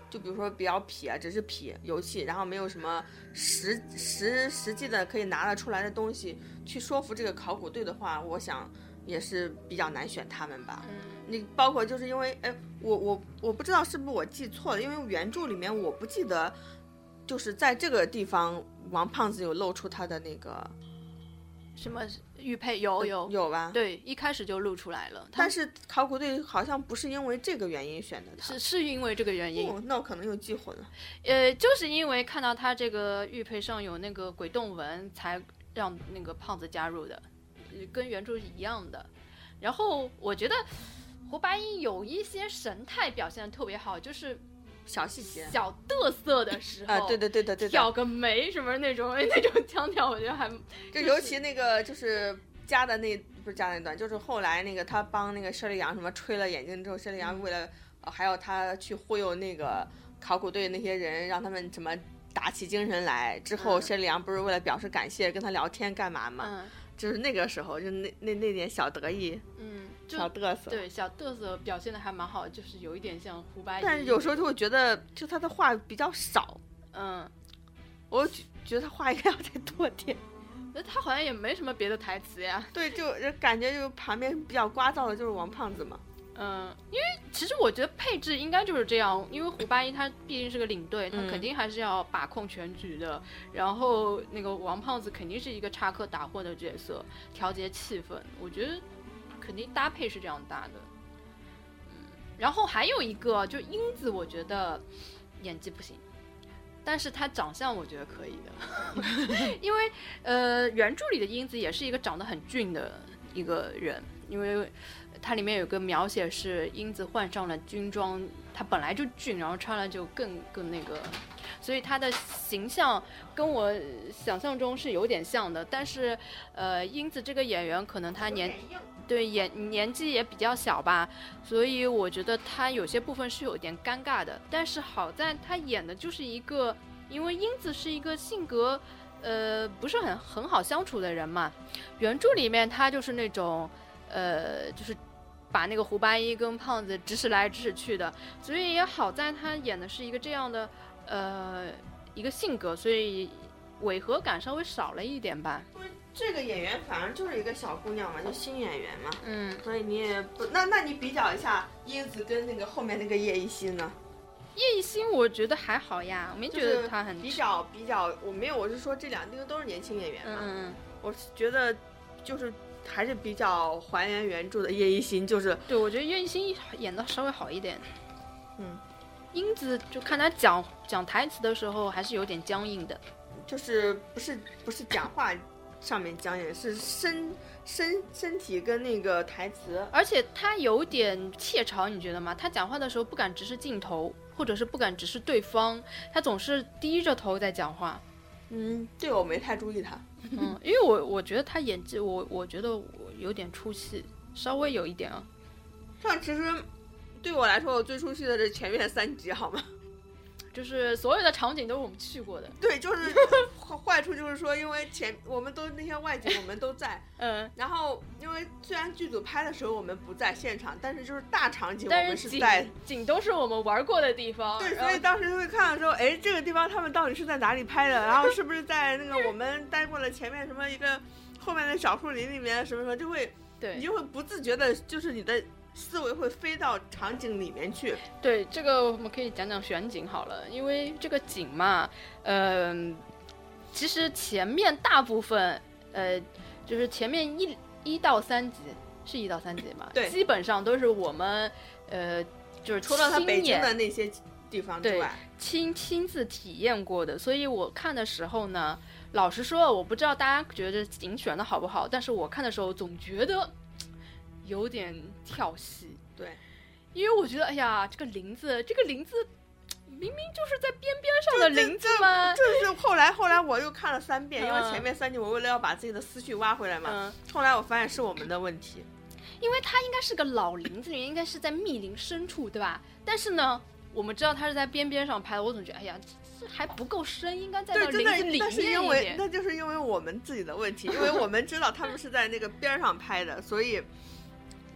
就比如说比较痞啊，只是痞游戏，然后没有什么实实实际的可以拿得出来的东西去说服这个考古队的话，我想也是比较难选他们吧。 嗯， 你包括就是因为，哎，我我我不知道是不是我记错了，因为原著里面我不记得，就是在这个地方王胖子有露出他的那个什么玉佩有有有吧？ 对，一开始就露出来了。 但是考古队好像不是因为这个原因选的他， 是是因为这个原因、 哦，那我可能又记混了。 呃，就是因为看到他这个玉佩上有那个鬼洞纹，才让那个胖子加入的，跟原著是一样的。然后我觉得胡白英有一些神态表现的特别好，就是小细节、 小嘚瑟的时候啊，对对对的对的， 挑个眉什么那种那种腔调，我觉得还就、 就是、 尤其那个就是加的那不是加那段，就是后来那个他帮那个佘丽阳什么吹了眼睛之后，佘丽阳为了、呃、还有他去忽悠那个考古队那些人，让他们什么打起精神来之后， 嗯、 佘丽阳不是为了表示感谢跟他聊天干嘛嘛？ 嗯， 就是那个时候，就那那那点小得意， 嗯， 小嘚瑟， 对，小嘚瑟表现的还蛮好，就是有一点像胡白英， 但是有时候就会觉得，就他的话比较少， 嗯， 我觉得他话应该要再多点。 那他好像也没什么别的台词呀。 对，就感觉就旁边比较聒噪的就是王胖子嘛。 嗯，因为其实我觉得配置应该就是这样，因为胡八一他毕竟是个领队，他嗯肯定还是要把控全局的。然后那个王胖子肯定是一个插科打诨的角色，调节气氛，我觉得肯定搭配是这样搭的。嗯，然后还有一个就英子，我觉得演技不行。但是他长相我觉得可以的，因为呃原著里的英子也是一个长得很俊的一个人，因为它里面有个描写是英子换上了军装，她本来就俊，然后穿了就更更那个，所以她的形象跟我想象中是有点像的。但是呃英子这个演员可能她年对演年纪也比较小吧，所以我觉得她有些部分是有点尴尬的。但是好在她演的就是一个，因为英子是一个性格呃不是很很好相处的人嘛，原著里面她就是那种呃就是把那个胡八一跟胖子指使来指使去的，所以也好在她演的是一个这样的呃一个性格，所以违和感稍微少了一点吧。 这个演员反正就是一个小姑娘嘛，就新演员嘛， 嗯， 所以你也不那那你比较一下英子跟那个后面那个叶一新呢？ 叶一新我觉得还好呀，我没觉得她很、 就是、比较比较，我没有，我是说这两个都是年轻演员嘛， 嗯， 我是觉得就是还是比较还原原著的叶一新，就是对我觉得叶一新演的稍微好一点， 嗯， 英子就看她讲讲台词的时候还是有点僵硬的， 就是不是不是讲话上面僵硬，是身身身体跟那个台词， 而且他有点怯场，你觉得吗？他讲话的时候不敢直视镜头，或者是不敢直视对方，他总是低着头在讲话。 嗯，这个我没太注意他。 嗯，因为我我觉得他演技，我我觉得我有点出戏，稍微有一点啊。 但其实对我来说，我最出戏的是前面三集，好吗？ 就是所有的场景都是我们去过的。 对，就是坏处就是说，因为前我们都那些外景我们都在， 嗯， 然后因为虽然剧组拍的时候我们不在现场，但是就是大场景我们是在， 景都是我们玩过的地方。 对，所以当时会看的时候，哎，这个地方他们到底是在哪里拍的？然后是不是在那个我们待过的前面什么一个后面的小树林里面什么什么，就会， 对， 你就会不自觉的，就是你的思维会飞到场景里面去。 对，这个我们可以讲讲选景好了，因为这个景嘛，嗯、呃，其实前面大部分，呃，就是前面一一到三集是一到三集嘛， 对， 基本上都是我们，呃，就是除了他北京的那些地方之外， 亲亲自体验过的，所以我看的时候呢，老实说，我不知道大家觉得景选的好不好，但是我看的时候总觉得有点跳戏， 对， 因为我觉得，哎呀，这个林子，这个林子明明就是在边边上的林子嘛。 就是后来，后来我又看了三遍，嗯、因为前面三集我为了要把自己的思绪挖回来嘛，嗯、后来我发现是我们的问题， 因为它应该是个老林子里面，应该是在密林深处，对吧？但是呢，我们知道它是在边边上拍的，我总觉得，哎呀，这还不够深，应该在那林子里面一点。 那是因为，那就是因为我们自己的问题，因为我们知道他们是在那个边上拍的，所以。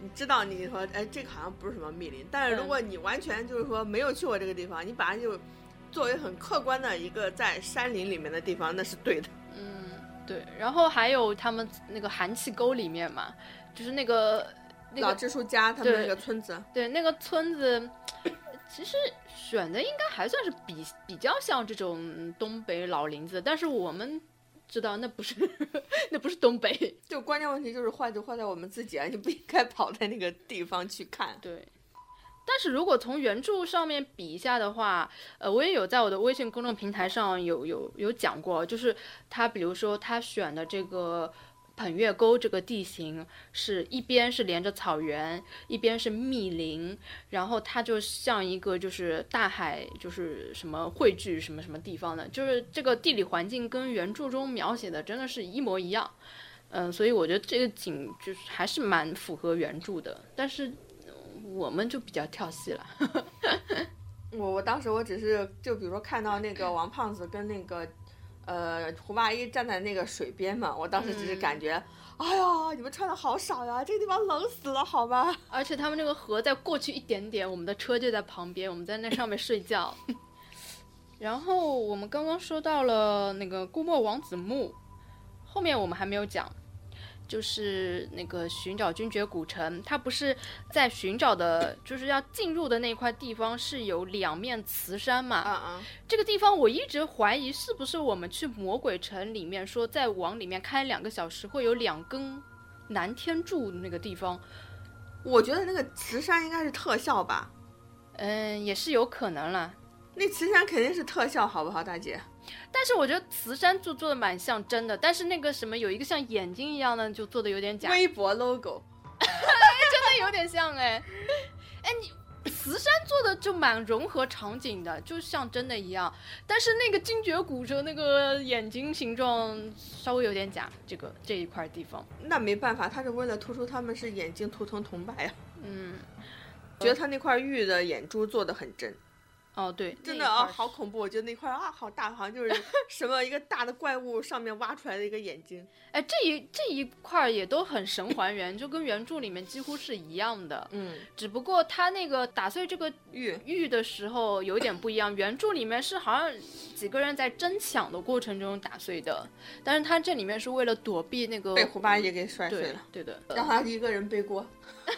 你知道你说哎这个好像不是什么密林，但是如果你完全就是说没有去过这个地方，你把它就作为很客观的一个在山林里面的地方，那是对的。 嗯，对。然后还有他们那个寒气沟里面嘛，就是那个、那个、 老支书家他们那个村子， 对，对那个村子。其实选的应该还算是比比较像这种东北老林子，但是我们知道那不是那不是东北。 就关键问题就是坏就坏在我们自己啊，你不应该跑在那个地方去看。 对。但是如果从原著上面比一下的话，呃，我也有在我的微信公众平台上有有有讲过，就是他比如说他选的这个捧月沟这个地形是一边是连着草原，一边是密林，然后它就像一个就是大海，就是什么汇聚什么什么地方的，就是这个地理环境跟原著中描写的真的是一模一样。嗯，所以我觉得这个景就是还是蛮符合原著的，但是我们就比较跳戏了。 我我当时我只是就比如说看到那个王胖子跟那个呃胡八一站在那个水边嘛，我当时只是感觉、嗯、哎呀你们穿的好少呀，这个地方冷死了好吗？ 而且他们那个河再过去一点点，我们的车就在旁边，我们在那上面睡觉。然后我们刚刚说到了那个姑墨王子墓，后面我们还没有讲，就是那个寻找君爵古城，它不是在寻找的就是要进入的那块地方是有两面磁山嘛、 嗯嗯、 这个地方我一直怀疑是不是我们去魔鬼城里面说再往里面开两个小时会有两根南天柱那个地方。 我觉得那个磁山应该是特效吧。 嗯，也是有可能啦， 那磁山肯定是特效好不好大姐？ 但是我觉得磁山就做的蛮像真的，但是那个什么有一个像眼睛一样的就做的有点假。 微博 logo 真的有点像哎哎你磁山做的就蛮融合场景的，就像真的一样，但是那个精绝骨折那个眼睛形状稍微有点假，这个这一块地方那没办法，他是为了突出他们是眼睛图腾铜白啊。 嗯， 觉得他那块玉的眼珠做的很真。 哦对， 真的啊，好恐怖！我觉得那块啊好大，好像就是什么一个大的怪物上面挖出来的一个眼睛。 哎，这一这一块也都很神还原，就跟原著里面几乎是一样的。 嗯， 只不过他那个打碎这个玉玉的时候有点不一样，原著里面是好像几个人在争抢的过程中打碎的，但是他这里面是为了躲避那个被胡八爷给摔碎了。 对, 对的， 让他一个人背锅。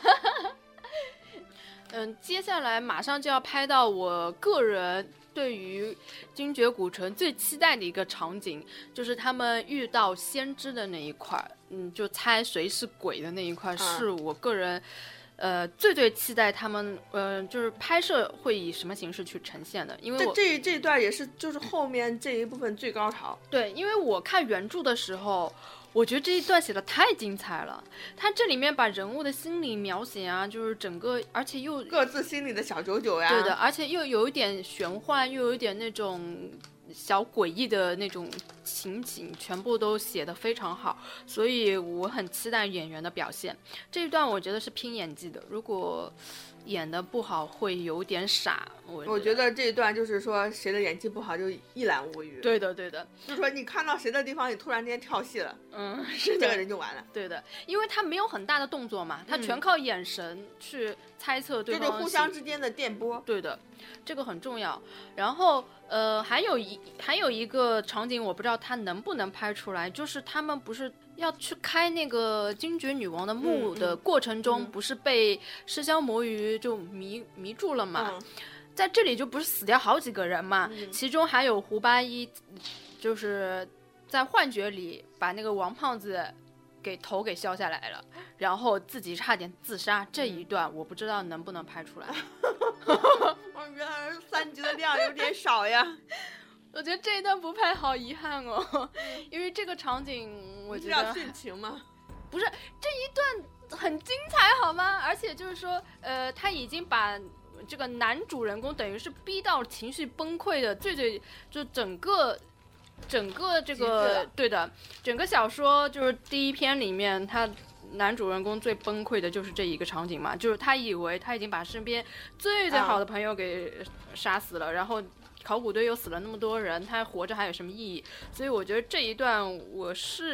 嗯，接下来马上就要拍到我个人对于精绝古城最期待的一个场景，就是他们遇到先知的那一块，嗯，就猜谁是鬼的那一块， 嗯、 是我个人，呃，最最期待他们，呃，就是拍摄会以什么形式去呈现的，因为我这这这一段也是就是后面这一部分最高潮。 对，因为我看原著的时候。我觉得这一段写的太精彩了，他这里面把人物的心理描写啊，就是整个，而且又各自心里的小九九呀， 对的，而且又有一点玄幻，又有一点那种小诡异的那种情景，全部都写得非常好，所以我很期待演员的表现。这一段我觉得是拼演技的，如果演得不好会有点傻。我觉我觉得这一段就是说谁的演技不好就一览无余。 对的对的， 就是说你看到谁的地方你突然间跳戏了， 嗯，是的， 这个人就完了。 对的，因为他没有很大的动作嘛，他全靠眼神去猜测对方、嗯、 就是互相之间的电波。 对的，这个很重要。然后呃还有一还有一个场景我不知道他能不能拍出来，就是他们不是要去开那个精绝女王的墓的过程中、嗯嗯、不是被尸香魔鱼就迷迷住了嘛、嗯，在这里就不是死掉好几个人嘛、嗯、其中还有胡八一就是在幻觉里把那个王胖子给头给削下来了，然后自己差点自杀，这一段我不知道能不能拍出来。 我觉得三集的量有点少呀。 我觉得这一段不拍好遗憾哦，因为这个场景我觉得要殉情吗？ 不是，这一段很精彩好吗？而且就是说呃他已经把这个男主人公等于是逼到情绪崩溃的最最就整个整个这个对的整个小说就是第一篇里面他男主人公最崩溃的就是这一个场景嘛，就是他以为他已经把身边最最好的朋友给杀死了、嗯、然后考古队又死了那么多人，他活着还有什么意义？所以我觉得这一段我是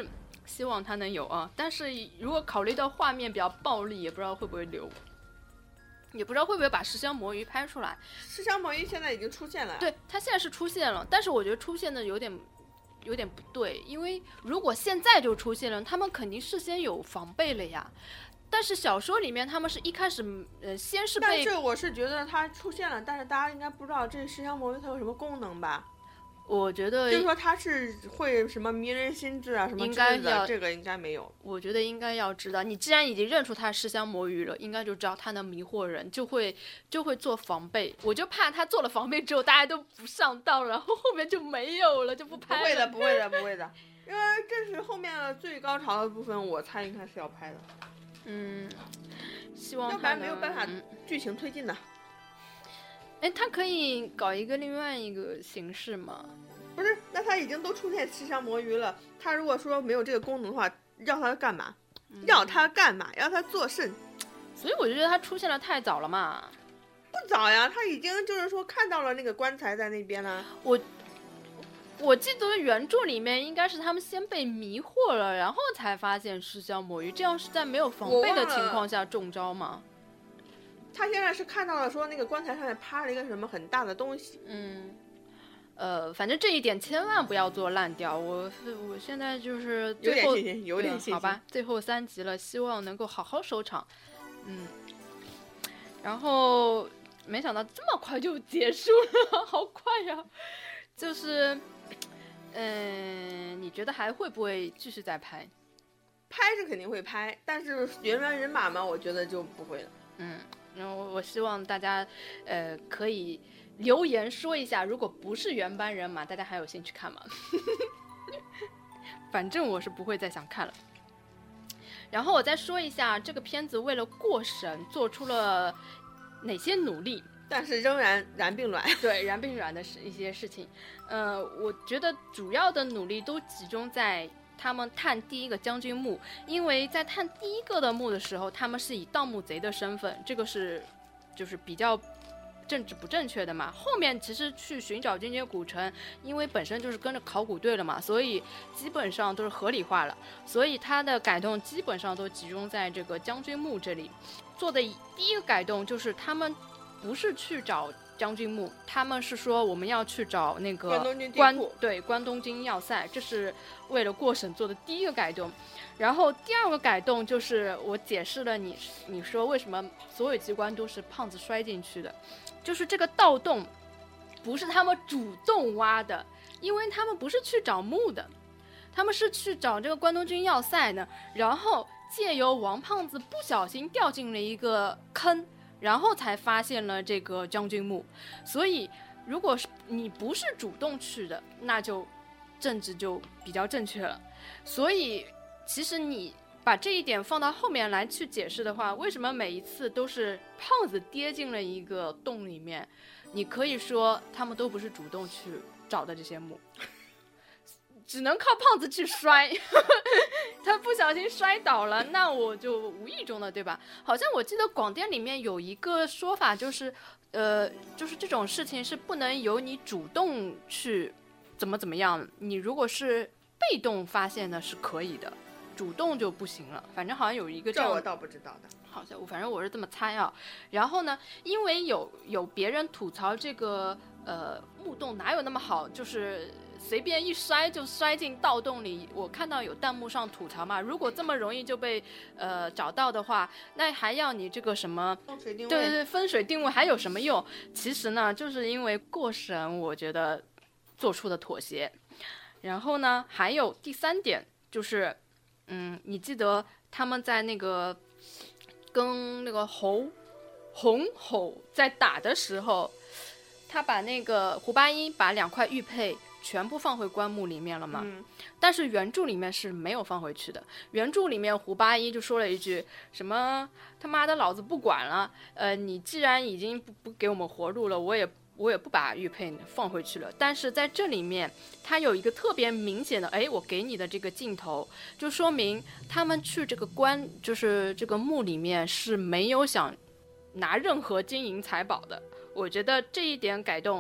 希望他能有啊。但是如果考虑到画面比较暴力，也不知道会不会留，也不知道会不会把尸香魔芋拍出来。 尸香魔芋现在已经出现了， 对，他现在是出现了，但是我觉得出现的有点有点不对，因为如果现在就出现了，他们肯定事先有防备了呀。但是小说里面他们是一开始呃先是被， 但是我是觉得它出现了，但是大家应该不知道这尸香魔芋它有什么功能吧？ 我觉得就是说它是会什么迷人心智啊什么之类的，这个应该没有。 我觉得应该要知道，你既然已经认出它是尸香魔芋了，应该就知道它能迷惑人，就会就会做防备。我就怕他做了防备之后大家都不上当，然后后面就没有了，就不拍了。 不会的不会的不会的，因为这是后面的最高潮的部分，我猜应该是要拍的。 嗯，希望要不然没有办法剧情推进的。 哎、嗯，他可以搞一个另外一个形式吗？ 不是，那他已经都出现尸香魔芋了，他如果说没有这个功能的话，要他干嘛？嗯、要他干嘛？要他做甚？ 所以我就觉得他出现的太早了嘛。 不早呀，他已经就是说看到了那个棺材在那边了。 我。我记得原著里面应该是他们先被迷惑了，然后才发现尸香魔芋，这样是在没有防备的情况下中招吗？ 他现在是看到了说那个棺材上面趴了一个什么很大的东西。 嗯，呃，反正这一点千万不要做烂掉。我我现在就是最后有点信心，有点信心。 好吧，最后三集了，希望能够好好收场。嗯，然后没想到这么快就结束了，好快呀！就是。嗯，你觉得还会不会继续再拍？ 拍是肯定会拍，但是原班人马嘛，我觉得就不会了。 嗯，然后我希望大家，呃，可以留言说一下，如果不是原班人马，大家还有兴趣看吗？反正我是不会再想看了。然后我再说一下，这个片子为了过审做出了哪些努力。 但是仍然燃并卵， 对燃并卵的一些事情，呃，我觉得主要的努力都集中在他们探第一个将军墓，因为在探第一个的墓的时候，他们是以盗墓贼的身份，这个是就是比较政治不正确的嘛。后面其实去寻找精绝古城，因为本身就是跟着考古队了嘛，所以基本上都是合理化了，所以它的改动基本上都集中在这个将军墓这里。做的第一个改动就是他们不是去找将军墓，他们是说我们要去找那个关对关东军要塞，这是为了过审做的第一个改动。然后第二个改动就是我解释了你你说为什么所有机关都是胖子摔进去的，就是这个盗洞不是他们主动挖的，因为他们不是去找墓的，他们是去找这个关东军要塞呢，然后借由王胖子不小心掉进了一个坑，然后才发现了这个将军墓。所以如果是你不是主动去的，那就政治就比较正确了。所以其实你把这一点放到后面来去解释的话，为什么每一次都是胖子跌进了一个洞里面，你可以说他们都不是主动去找的这些墓，只能靠胖子去摔他不小心摔倒了，那我就无意中的，对吧？好像我记得广电里面有一个说法，就是呃，就是这种事情是不能由你主动去怎么怎么样，你如果是被动发现的是可以的，主动就不行了。反正好像有一个这样， 这我倒不知道的， 好像我反正我是这么猜啊。然后呢，因为有有别人吐槽这个呃墓洞哪有那么好，就是随便一摔就摔进盗洞里。我看到有弹幕上吐槽嘛，如果这么容易就被呃找到的话，那还要你这个什么风水定位， 对对对，风水定位还有什么用？其实呢，就是因为过审，我觉得做出的妥协。然后呢，还有第三点就是，嗯，你记得他们在那个跟那个猴红吼在打的时候，他把那个胡八一把两块玉佩全部放回棺木里面了嘛、嗯、但是原著里面是没有放回去的。原著里面胡八一就说了一句什么他妈的老子不管了，呃，你既然已经不不给我们活路了，我也我也不把玉佩放回去了。但是在这里面他有一个特别明显的，哎，我给你的这个镜头就说明他们去这个棺就是这个墓里面是没有想拿任何金银财宝的。我觉得这一点改动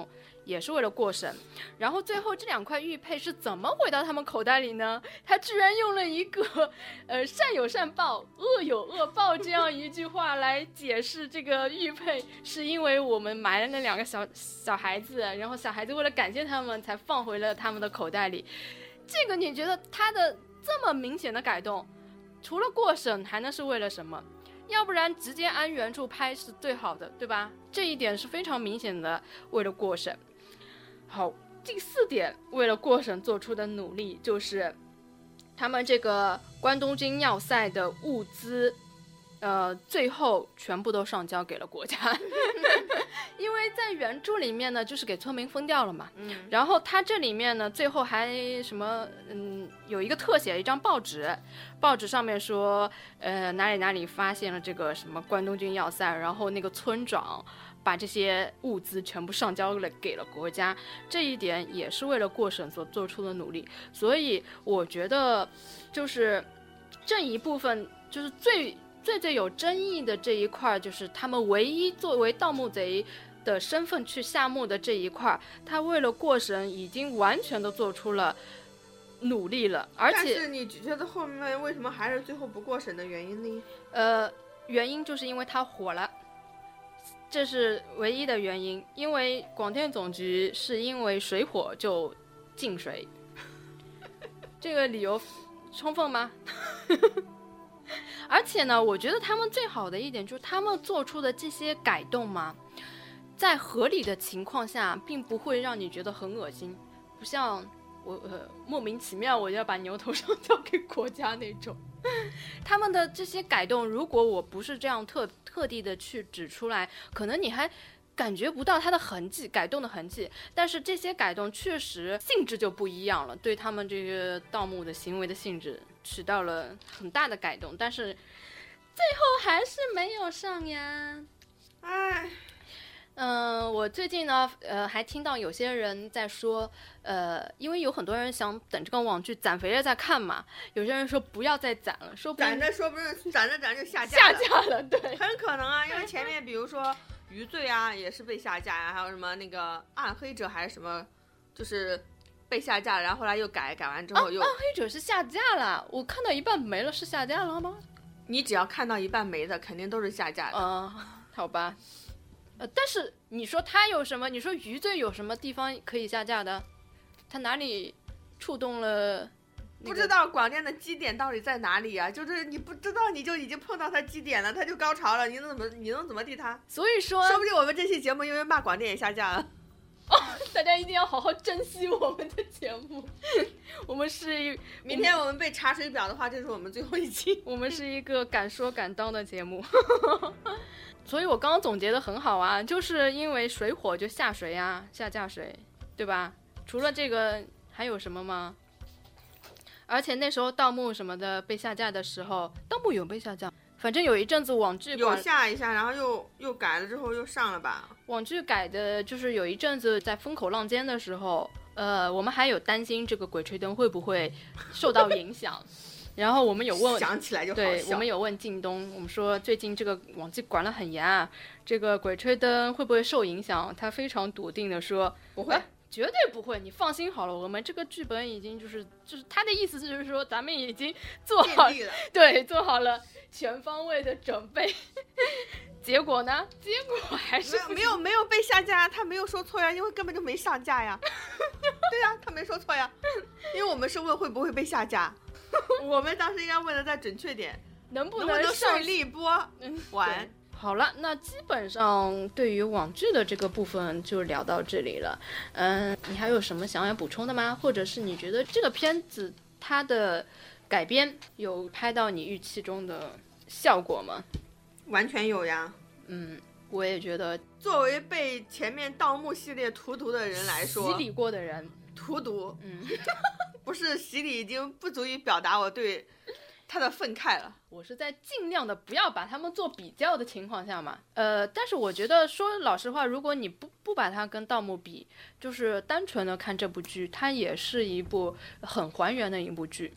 也是为了过审。然后最后这两块玉佩是怎么回到他们口袋里呢？他居然用了一个呃善有善报恶有恶报这样一句话来解释这个玉佩，是因为我们埋了那两个小小孩子，然后小孩子为了感谢他们才放回了他们的口袋里。这个你觉得他的这么明显的改动，除了过审还能是为了什么？要不然直接按原著拍是最好的，对吧？这一点是非常明显的为了过审。好，第四点为了过审做出的努力就是他们这个关东军要塞的物资呃，最后全部都上交给了国家因为在原著里面呢就是给村民分掉了嘛，嗯，然后他这里面呢最后还什么嗯，有一个特写一张报纸，报纸上面说呃哪里哪里发现了这个什么关东军要塞，然后那个村长把这些物资全部上交了给了国家，这一点也是为了过审所做出的努力。所以我觉得就是这一部分就是最最最有争议的这一块，就是他们唯一作为盗墓贼的身份去下墓的这一块，他为了过审已经完全的做出了努力了。而且但是你觉得后面为什么还是最后不过审的原因呢？ 呃，原因就是因为他火了，这是唯一的原因。因为广电总局是因为水火就进水这个理由充分吗？而且呢，我觉得他们最好的一点就是他们做出的这些改动嘛，在合理的情况下并不会让你觉得很恶心，不像我呃莫名其妙我要把牛头上交给国家那种。他们的这些改动，如果我不是这样特特地的去指出来，可能你还感觉不到它的痕迹，改动的痕迹。但是这些改动确实性质就不一样了，对他们这个盗墓的行为的性质起到了很大的改动，但是最后还是没有上呀。 唉， 嗯、呃，我最近呢，呃，还听到有些人在说，呃，因为有很多人想等这个网剧攒肥了再看嘛，有些人说不要再攒了，说不攒着说不定攒着攒着就下架下了， 架了，对， 很可能啊，因为前面比如说余罪啊也是被下架呀、啊，还有什么那个暗黑者还是什么，就是被下架，然后后来又改，改完之后又、 啊、暗黑者是下架了，我看到一半没了，是下架了吗？ 你只要看到一半没的，肯定都是下架的。 嗯、呃，好吧。呃，但是你说他有什么？你说余罪有什么地方可以下架的？他哪里触动了、那个？ 不知道广电的基点到底在哪里啊？就是你不知道，你就已经碰到他基点了，他就高潮了，你能怎么你能怎么地他？ 所以说， 说不定我们这期节目因为骂广电也下架了。 哦，大家一定要好好珍惜我们的节目。我们是明天我们被查水表的话，这是我们最后一期。 我们是一个敢说敢当的节目。所以我刚刚总结的很好啊，就是因为水火就下水啊，下架水，对吧？除了这个还有什么吗？而且那时候盗墓什么的被下架的时候，盗墓有被下架，反正有一阵子网剧有下一下，然后又又改了之后又上了吧。 网剧改的就是有一阵子在风口浪尖的时候，呃，我们还有担心这个鬼吹灯会不会受到影响。然后我们有问， 想起来就好笑。 对，我们有问靳东，我们说最近这个网剧管得很严啊，这个鬼吹灯会不会受影响？他非常笃定的说不会、啊， 绝对不会，你放心好了，我们这个剧本已经就是就是他的意思就是说咱们已经做好了，对，做好了全方位的准备。结果呢？结果还是没有没有没有被下架，他没有说错呀，因为根本就没上架呀。对呀，他没说错呀，因为我们是问会不会被下架。我们当时应该问的再准确点， 能不能不能上顺利播完？ 好了，那基本上对于网剧的这个部分就聊到这里了。嗯，你还有什么想要补充的吗？或者是你觉得这个片子它的改编有拍到你预期中的效果吗？ 完全有呀。 嗯，我也觉得， 作为被前面盗墓系列荼毒的人来说， 洗礼过的人， 荼毒， 嗯。 不是洗礼已经不足以表达我对他的愤慨了。 我是在尽量的不要把他们做比较的情况下嘛，呃，但是我觉得说老实话，如果你不不把它跟盗墓比，就是单纯的看这部剧，它也是一部很还原的一部剧。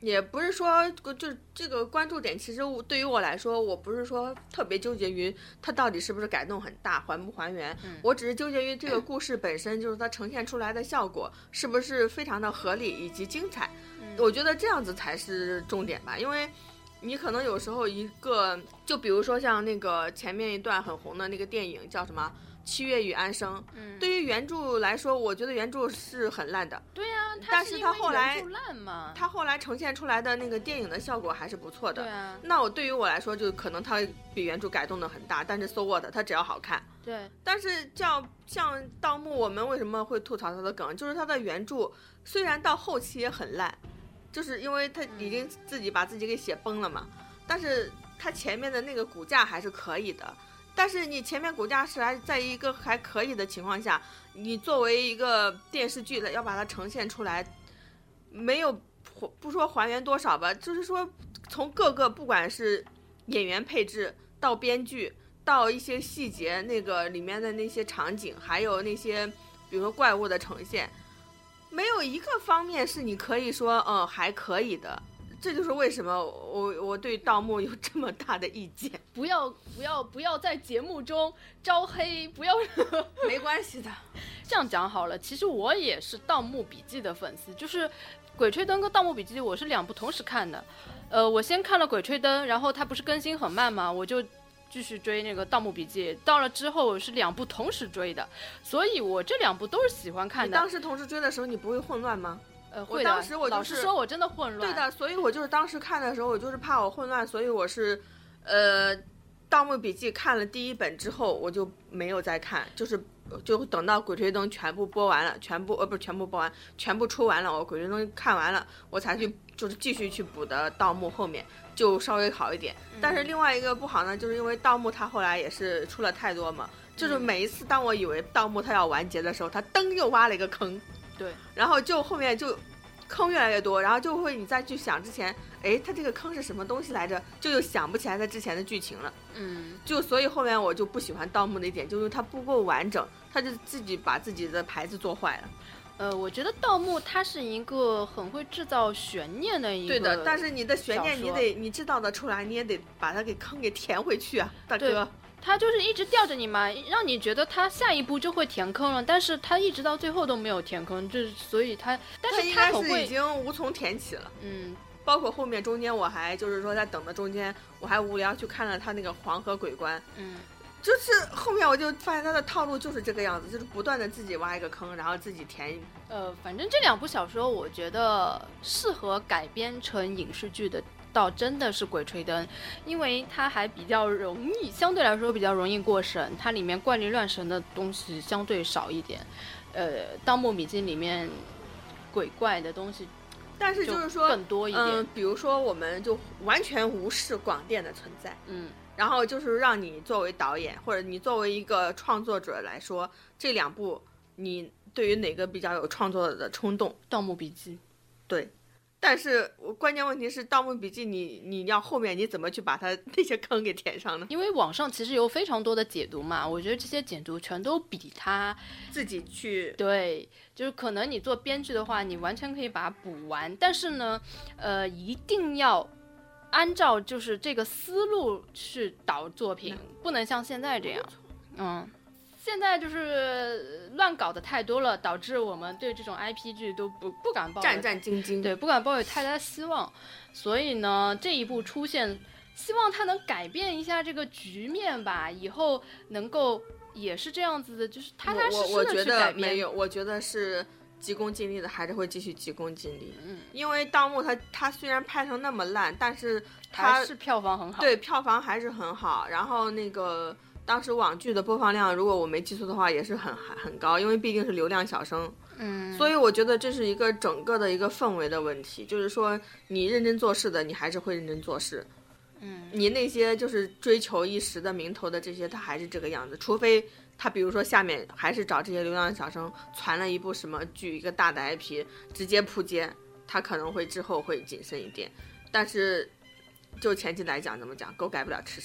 也不是说就这个关注点，其实对于我来说，我不是说特别纠结于它到底是不是改动很大，还不还原， 嗯、 我只是纠结于这个故事本身，就是它呈现出来的效果是不是非常的合理以及精彩。嗯、我觉得这样子才是重点吧，因为你可能有时候一个，就比如说像那个前面一段很红的那个电影叫什么？七月与安生，嗯，对于原著来说，我觉得原著是很烂的。 对呀、啊， 但是他后来烂嘛， 他后来呈现出来的那个电影的效果还是不错的。 对啊， 那我对于我来说，就可能它比原著改动的很大，但是 so what， 它只要好看。 对。 但是像像盗墓，我们为什么会吐槽它的梗？就是它的原著虽然到后期也很烂，就是因为他已经自己把自己给写崩了嘛，嗯、但是他前面的那个骨架还是可以的。但是你前面骨架是还在一个还可以的情况下，你作为一个电视剧的要把它呈现出来，没有不说还原多少吧，就是说从各个不管是演员配置到编剧到一些细节，那个里面的那些场景，还有那些比如说怪物的呈现，没有一个方面是你可以说嗯还可以的。这就是为什么我我对盗墓有这么大的意见。 不要不要不要在节目中招黑，不要没关系的。 这样讲好了，其实我也是《盗墓笔记》的粉丝，就是《鬼吹灯》跟《盗墓笔记》我是两部同时看的。呃，我先看了《鬼吹灯》，然后它不是更新很慢嘛，我就继续追那个《盗墓笔记》。到了之后是两部同时追的，所以我这两部都是喜欢看的。 你当时同时追的时候，你不会混乱吗？ 呃， 我当时我就是老实说，我真的混乱。 对的，所以我就是当时看的时候，我就是怕我混乱，所以我是，呃，《盗墓笔记》看了第一本之后，我就没有再看，就是就等到《鬼吹灯》全部播完了，全部呃不是全部播完，全部出完了，我《鬼吹灯》看完了，我才去就是继续去补的《盗墓》，后面就稍微好一点。但是另外一个不好呢，就是因为《盗墓》它后来也是出了太多嘛，就是每一次当我以为《盗墓》它要完结的时候，它噔又挖了一个坑。 对， 然后就后面就坑越来越多，然后就会你再去想之前，哎，他这个坑是什么东西来着，就又想不起来他之前的剧情了。 嗯， 就所以后面我就不喜欢盗墓的一点，就是它不够完整，他就自己把自己的牌子做坏了。 呃，我觉得盗墓它是一个很会制造悬念的一个， 对的，但是你的悬念你得你制造的出来，你也得把它给坑给填回去啊，大哥。 他就是一直吊着你嘛，让你觉得他下一步就会填坑了，但是他一直到最后都没有填坑，就是所以他，但是他应该是已经无从填起了。 嗯， 包括后面中间我还就是说在等的中间，我还无聊去看了他那个黄河鬼关。 嗯， 就是后面我就发现他的套路就是这个样子，就是不断的自己挖一个坑，然后自己填。 呃，反正这两部小说我觉得适合改编成影视剧的倒真的是《鬼吹灯》，因为它还比较容易，相对来说比较容易过审，它里面怪力乱神的东西相对少一点。呃，《盗墓笔记》里面鬼怪的东西， 但是就是说更多一点。 嗯，比如说我们就完全无视广电的存在， 嗯， 然后就是让你作为导演或者你作为一个创作者来说，这两部你对于哪个比较有创作的冲动？《 盗墓笔记》， 对。但是关键问题是，《盗墓笔记》你你要后面你怎么去把它那些坑给填上呢？ 因为网上其实有非常多的解读嘛，我觉得这些解读全都比他自己去对，就是可能你做编剧的话，你完全可以把它补完，但是呢，呃，一定要按照就是这个思路去导作品，嗯、不能像现在这样，嗯。现在就是乱搞的太多了，导致我们对这种 I P 剧都不不敢抱战战兢兢， 对，不敢抱有太大的希望。所以呢，这一部出现，希望它能改变一下这个局面吧，以后能够也是这样子的，就是踏踏实实的去改变。 我我觉得没有，我觉得是急功近利的，还是会继续急功近利。 嗯， 因为盗墓它它虽然拍成那么烂，但是它还是票房很好， 对，票房还是很好。然后那个。当时网剧的播放量，如果我没记错的话，也是很很高，因为毕竟是流量小生。 嗯， 所以我觉得这是一个整个的一个氛围的问题，就是说你认真做事的，你还是会认真做事。 嗯， 你那些就是追求一时的名头的这些，他还是这个样子，除非他比如说下面还是找这些流量小生传了一部什么剧，一个大的 I P 直接扑街，他可能会之后会谨慎一点。但是就前期来讲，怎么讲，狗改不了吃屎。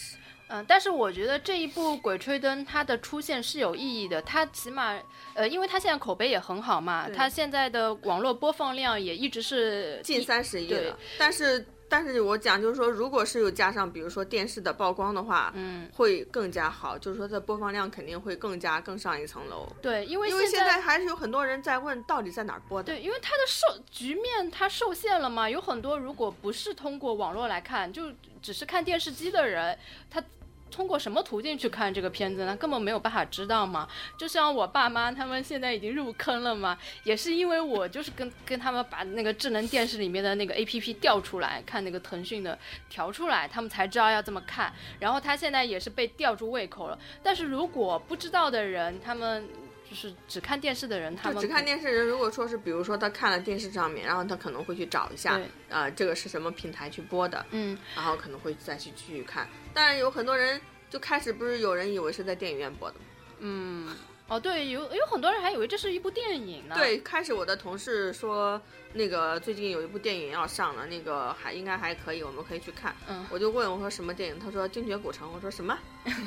嗯，但是我觉得这一部《鬼吹灯》它的出现是有意义的，它起码呃，因为它现在口碑也很好嘛，它现在的网络播放量也一直是近三十亿了。但是，但是我讲就是说，如果是有加上比如说电视的曝光的话，嗯，会更加好，就是说它播放量肯定会更加更上一层楼。 对，因为因为现在还是有很多人在问到底在哪儿播的。 对，因为它的受局面它受限了嘛，有很多如果不是通过网络来看，就只是看电视机的人，他通过什么途径去看这个片子呢？根本没有办法知道嘛。就像我爸妈他们现在已经入坑了嘛，也是因为我就是跟跟他们把那个智能电视里面的那个 A P P 调出来看，那个腾讯的调出来，他们才知道要这么看。然后他现在也是被吊住胃口了。但是如果不知道的人，他们就是只看电视的人，他们只看电视的人，如果说是比如说他看了电视上面，然后他可能会去找一下，呃，这个是什么平台去播的， 嗯， 然后可能会再去继续看。但是有很多人就开始不是有人以为是在电影院播的吗？ 嗯，哦对，有有很多人还以为这是一部电影呢。 对，开始我的同事说那个最近有一部电影要上了，那个还应该还可以，我们可以去看。 嗯， 我就问我说什么电影，他说《精绝古城》，我说什么？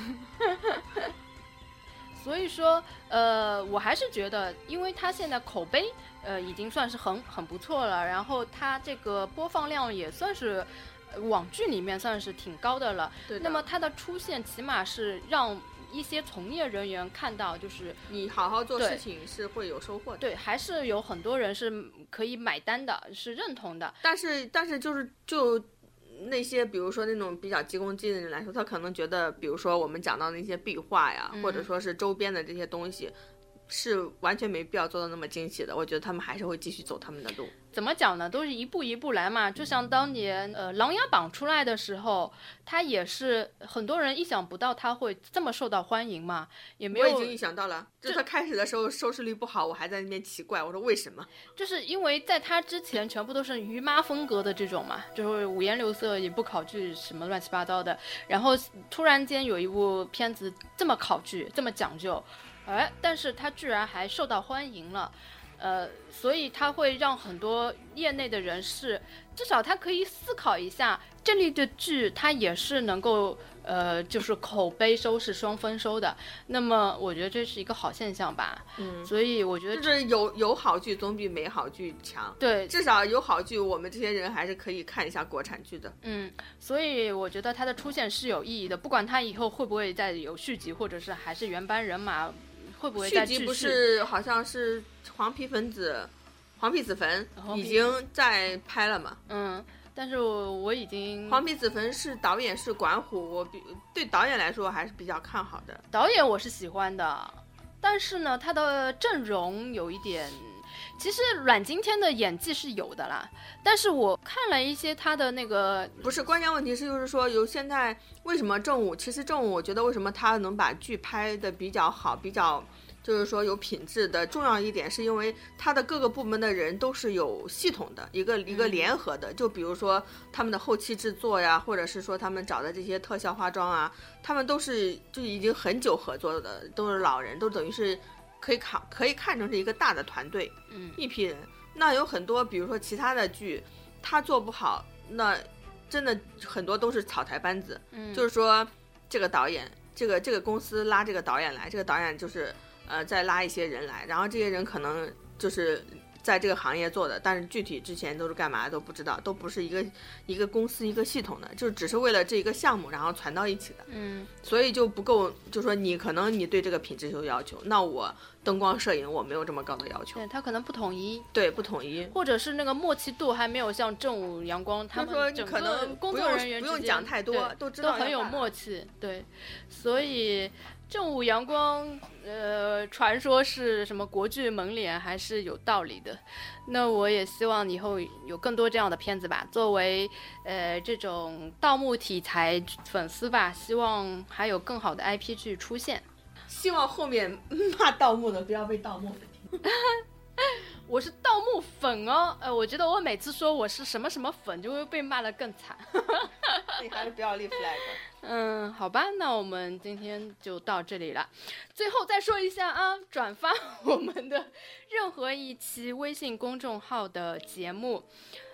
所以说，呃，我还是觉得，因为它现在口碑，呃，已经算是很很不错了，然后它这个播放量也算是网剧里面算是挺高的了。 对的。 那么它的出现，起码是让一些从业人员看到，就是你好好做事情是会有收获的。 对，还是有很多人是可以买单的，是认同的。 但是，但是就是就。那些比如说那种比较急功近利的人来说，他可能觉得比如说我们讲到那些壁画呀、嗯、或者说是周边的这些东西是完全没必要做到那么精细的，我觉得他们还是会继续走他们的路。 怎么讲呢，都是一步一步来嘛。就像当年呃《琅琊榜》出来的时候，它也是很多人意想不到它会这么受到欢迎嘛，也没有。 我已经意想到了，就它开始的时候收视率不好，我还在那边奇怪，我说为什么？ 就是因为在它之前全部都是于妈风格的这种嘛，就是五颜六色也不考据什么乱七八糟的，然后突然间有一部片子这么考据这么讲究，哎，但是它居然还受到欢迎了。呃，所以它会让很多业内的人士，至少他可以思考一下，这类的剧它也是能够呃，就是口碑收视双丰收的。那么我觉得这是一个好现象吧。 嗯， 所以我觉得就是有有好剧总比没好剧强。 对， 至少有好剧，我们这些人还是可以看一下国产剧的。 嗯，所以我觉得它的出现是有意义的，不管它以后会不会再有续集，或者是还是原班人马。会不会再继续？ 续集不是好像是黄皮粉子、黄皮子坟已经在拍了嘛？ 嗯，但是我我已经黄皮子坟是导演是管虎，我比对导演来说还是比较看好的。 导演我是喜欢的，但是呢，他的阵容有一点。其实阮经天的演技是有的啦，但是我看了一些他的那个， 不是关键问题是就是说有现在为什么正午，其实正午我觉得为什么他能把剧拍的比较好，比较就是说有品质的，重要一点是因为他的各个部门的人都是有系统的一个一个联合的，就比如说他们的后期制作呀，或者是说他们找的这些特效化妆啊，他们都是就已经很久合作的，都是老人，都等于是。可以看可以看成是一个大的团队， 嗯， 一批人。那有很多，比如说其他的剧，他做不好，那真的很多都是草台班子。 嗯， 就是说这个导演，这个这个公司拉这个导演来，这个导演就是呃再拉一些人来，然后这些人可能就是在这个行业做的，但是具体之前都是干嘛都不知道，都不是一个一个公司一个系统的，就只是为了这一个项目然后传到一起的。 嗯， 所以就不够，就说你可能你对这个品质有要求，那我灯光摄影我没有这么高的要求。 对，他可能不统一， 对，不统一， 或者是那个默契度还没有像正午阳光他们整个工作人员不用讲太多， 都知道都很有默契。对，所以正午阳光，呃，传说是什么国剧门脸，还是有道理的。那我也希望以后有更多这样的片子吧。作为呃这种盗墓题材粉丝吧，希望还有更好的 I P 去出现。 希望后面骂盗墓的不要被盗墓粉听。 我是盗墓粉哦，呃，我觉得我每次说我是什么什么粉，就会被骂得更惨。 你还是不要立 flag。 嗯，好吧，那我们今天就到这里了。最后再说一下啊，转发我们的任何一期微信公众号的节目，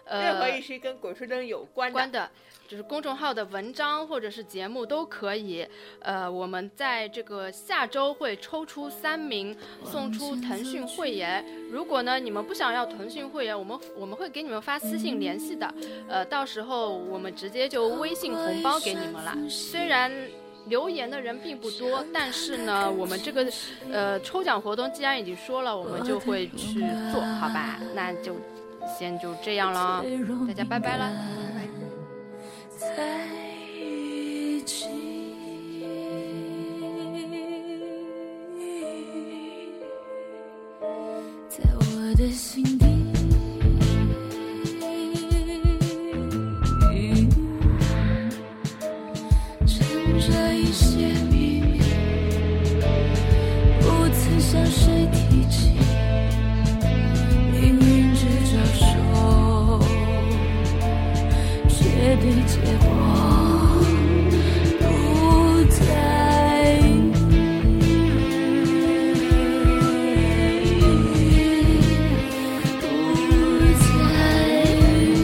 呃， 任何一期跟《鬼吹灯》有关的。 关的就是公众号的文章或者是节目都可以，呃，我们在这个下周会抽出三名送出腾讯会员。如果呢你们不想要腾讯会员，我们我们会给你们发私信联系的，呃，到时候我们直接就微信红包给你们了。虽然留言的人并不多，但是呢，我们这个呃抽奖活动既然已经说了，我们就会去做，好吧？那就先就这样了，大家拜拜了。 在一起，在我的心底，藏着一些秘密，不曾向谁提起，命运只招手，却对结果不在意，不在意。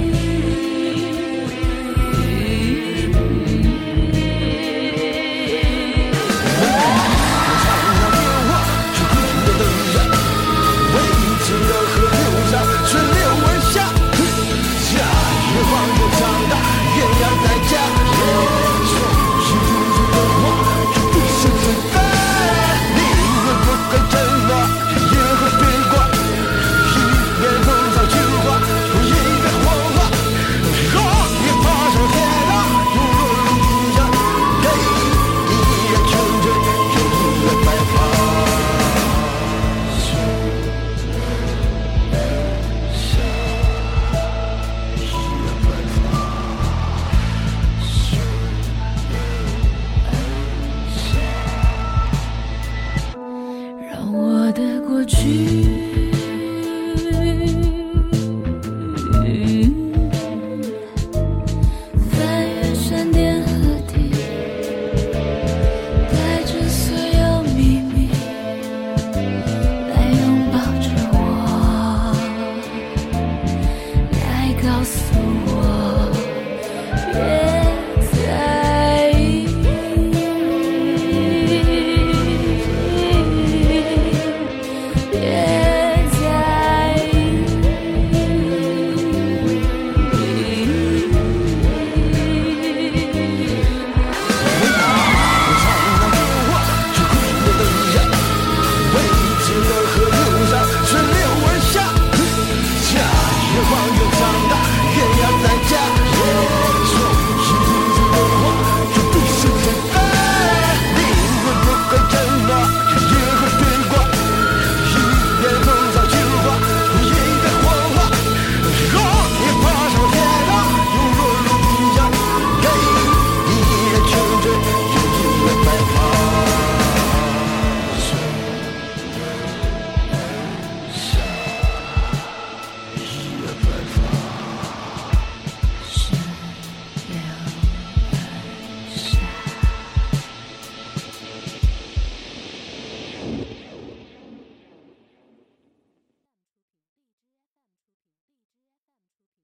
为情的河流上顺流而下，下越晃越长大，鸳鸯在家，重新出去的我，就不是很烦。你会不会沉默，也会对话，一边风骚情话，一边谎话，若也发生黑暗，如若路上，给你一样纯真，有你的白发。 让我的过去翻越山巅河堤，带着所有秘密来拥抱着我，来告诉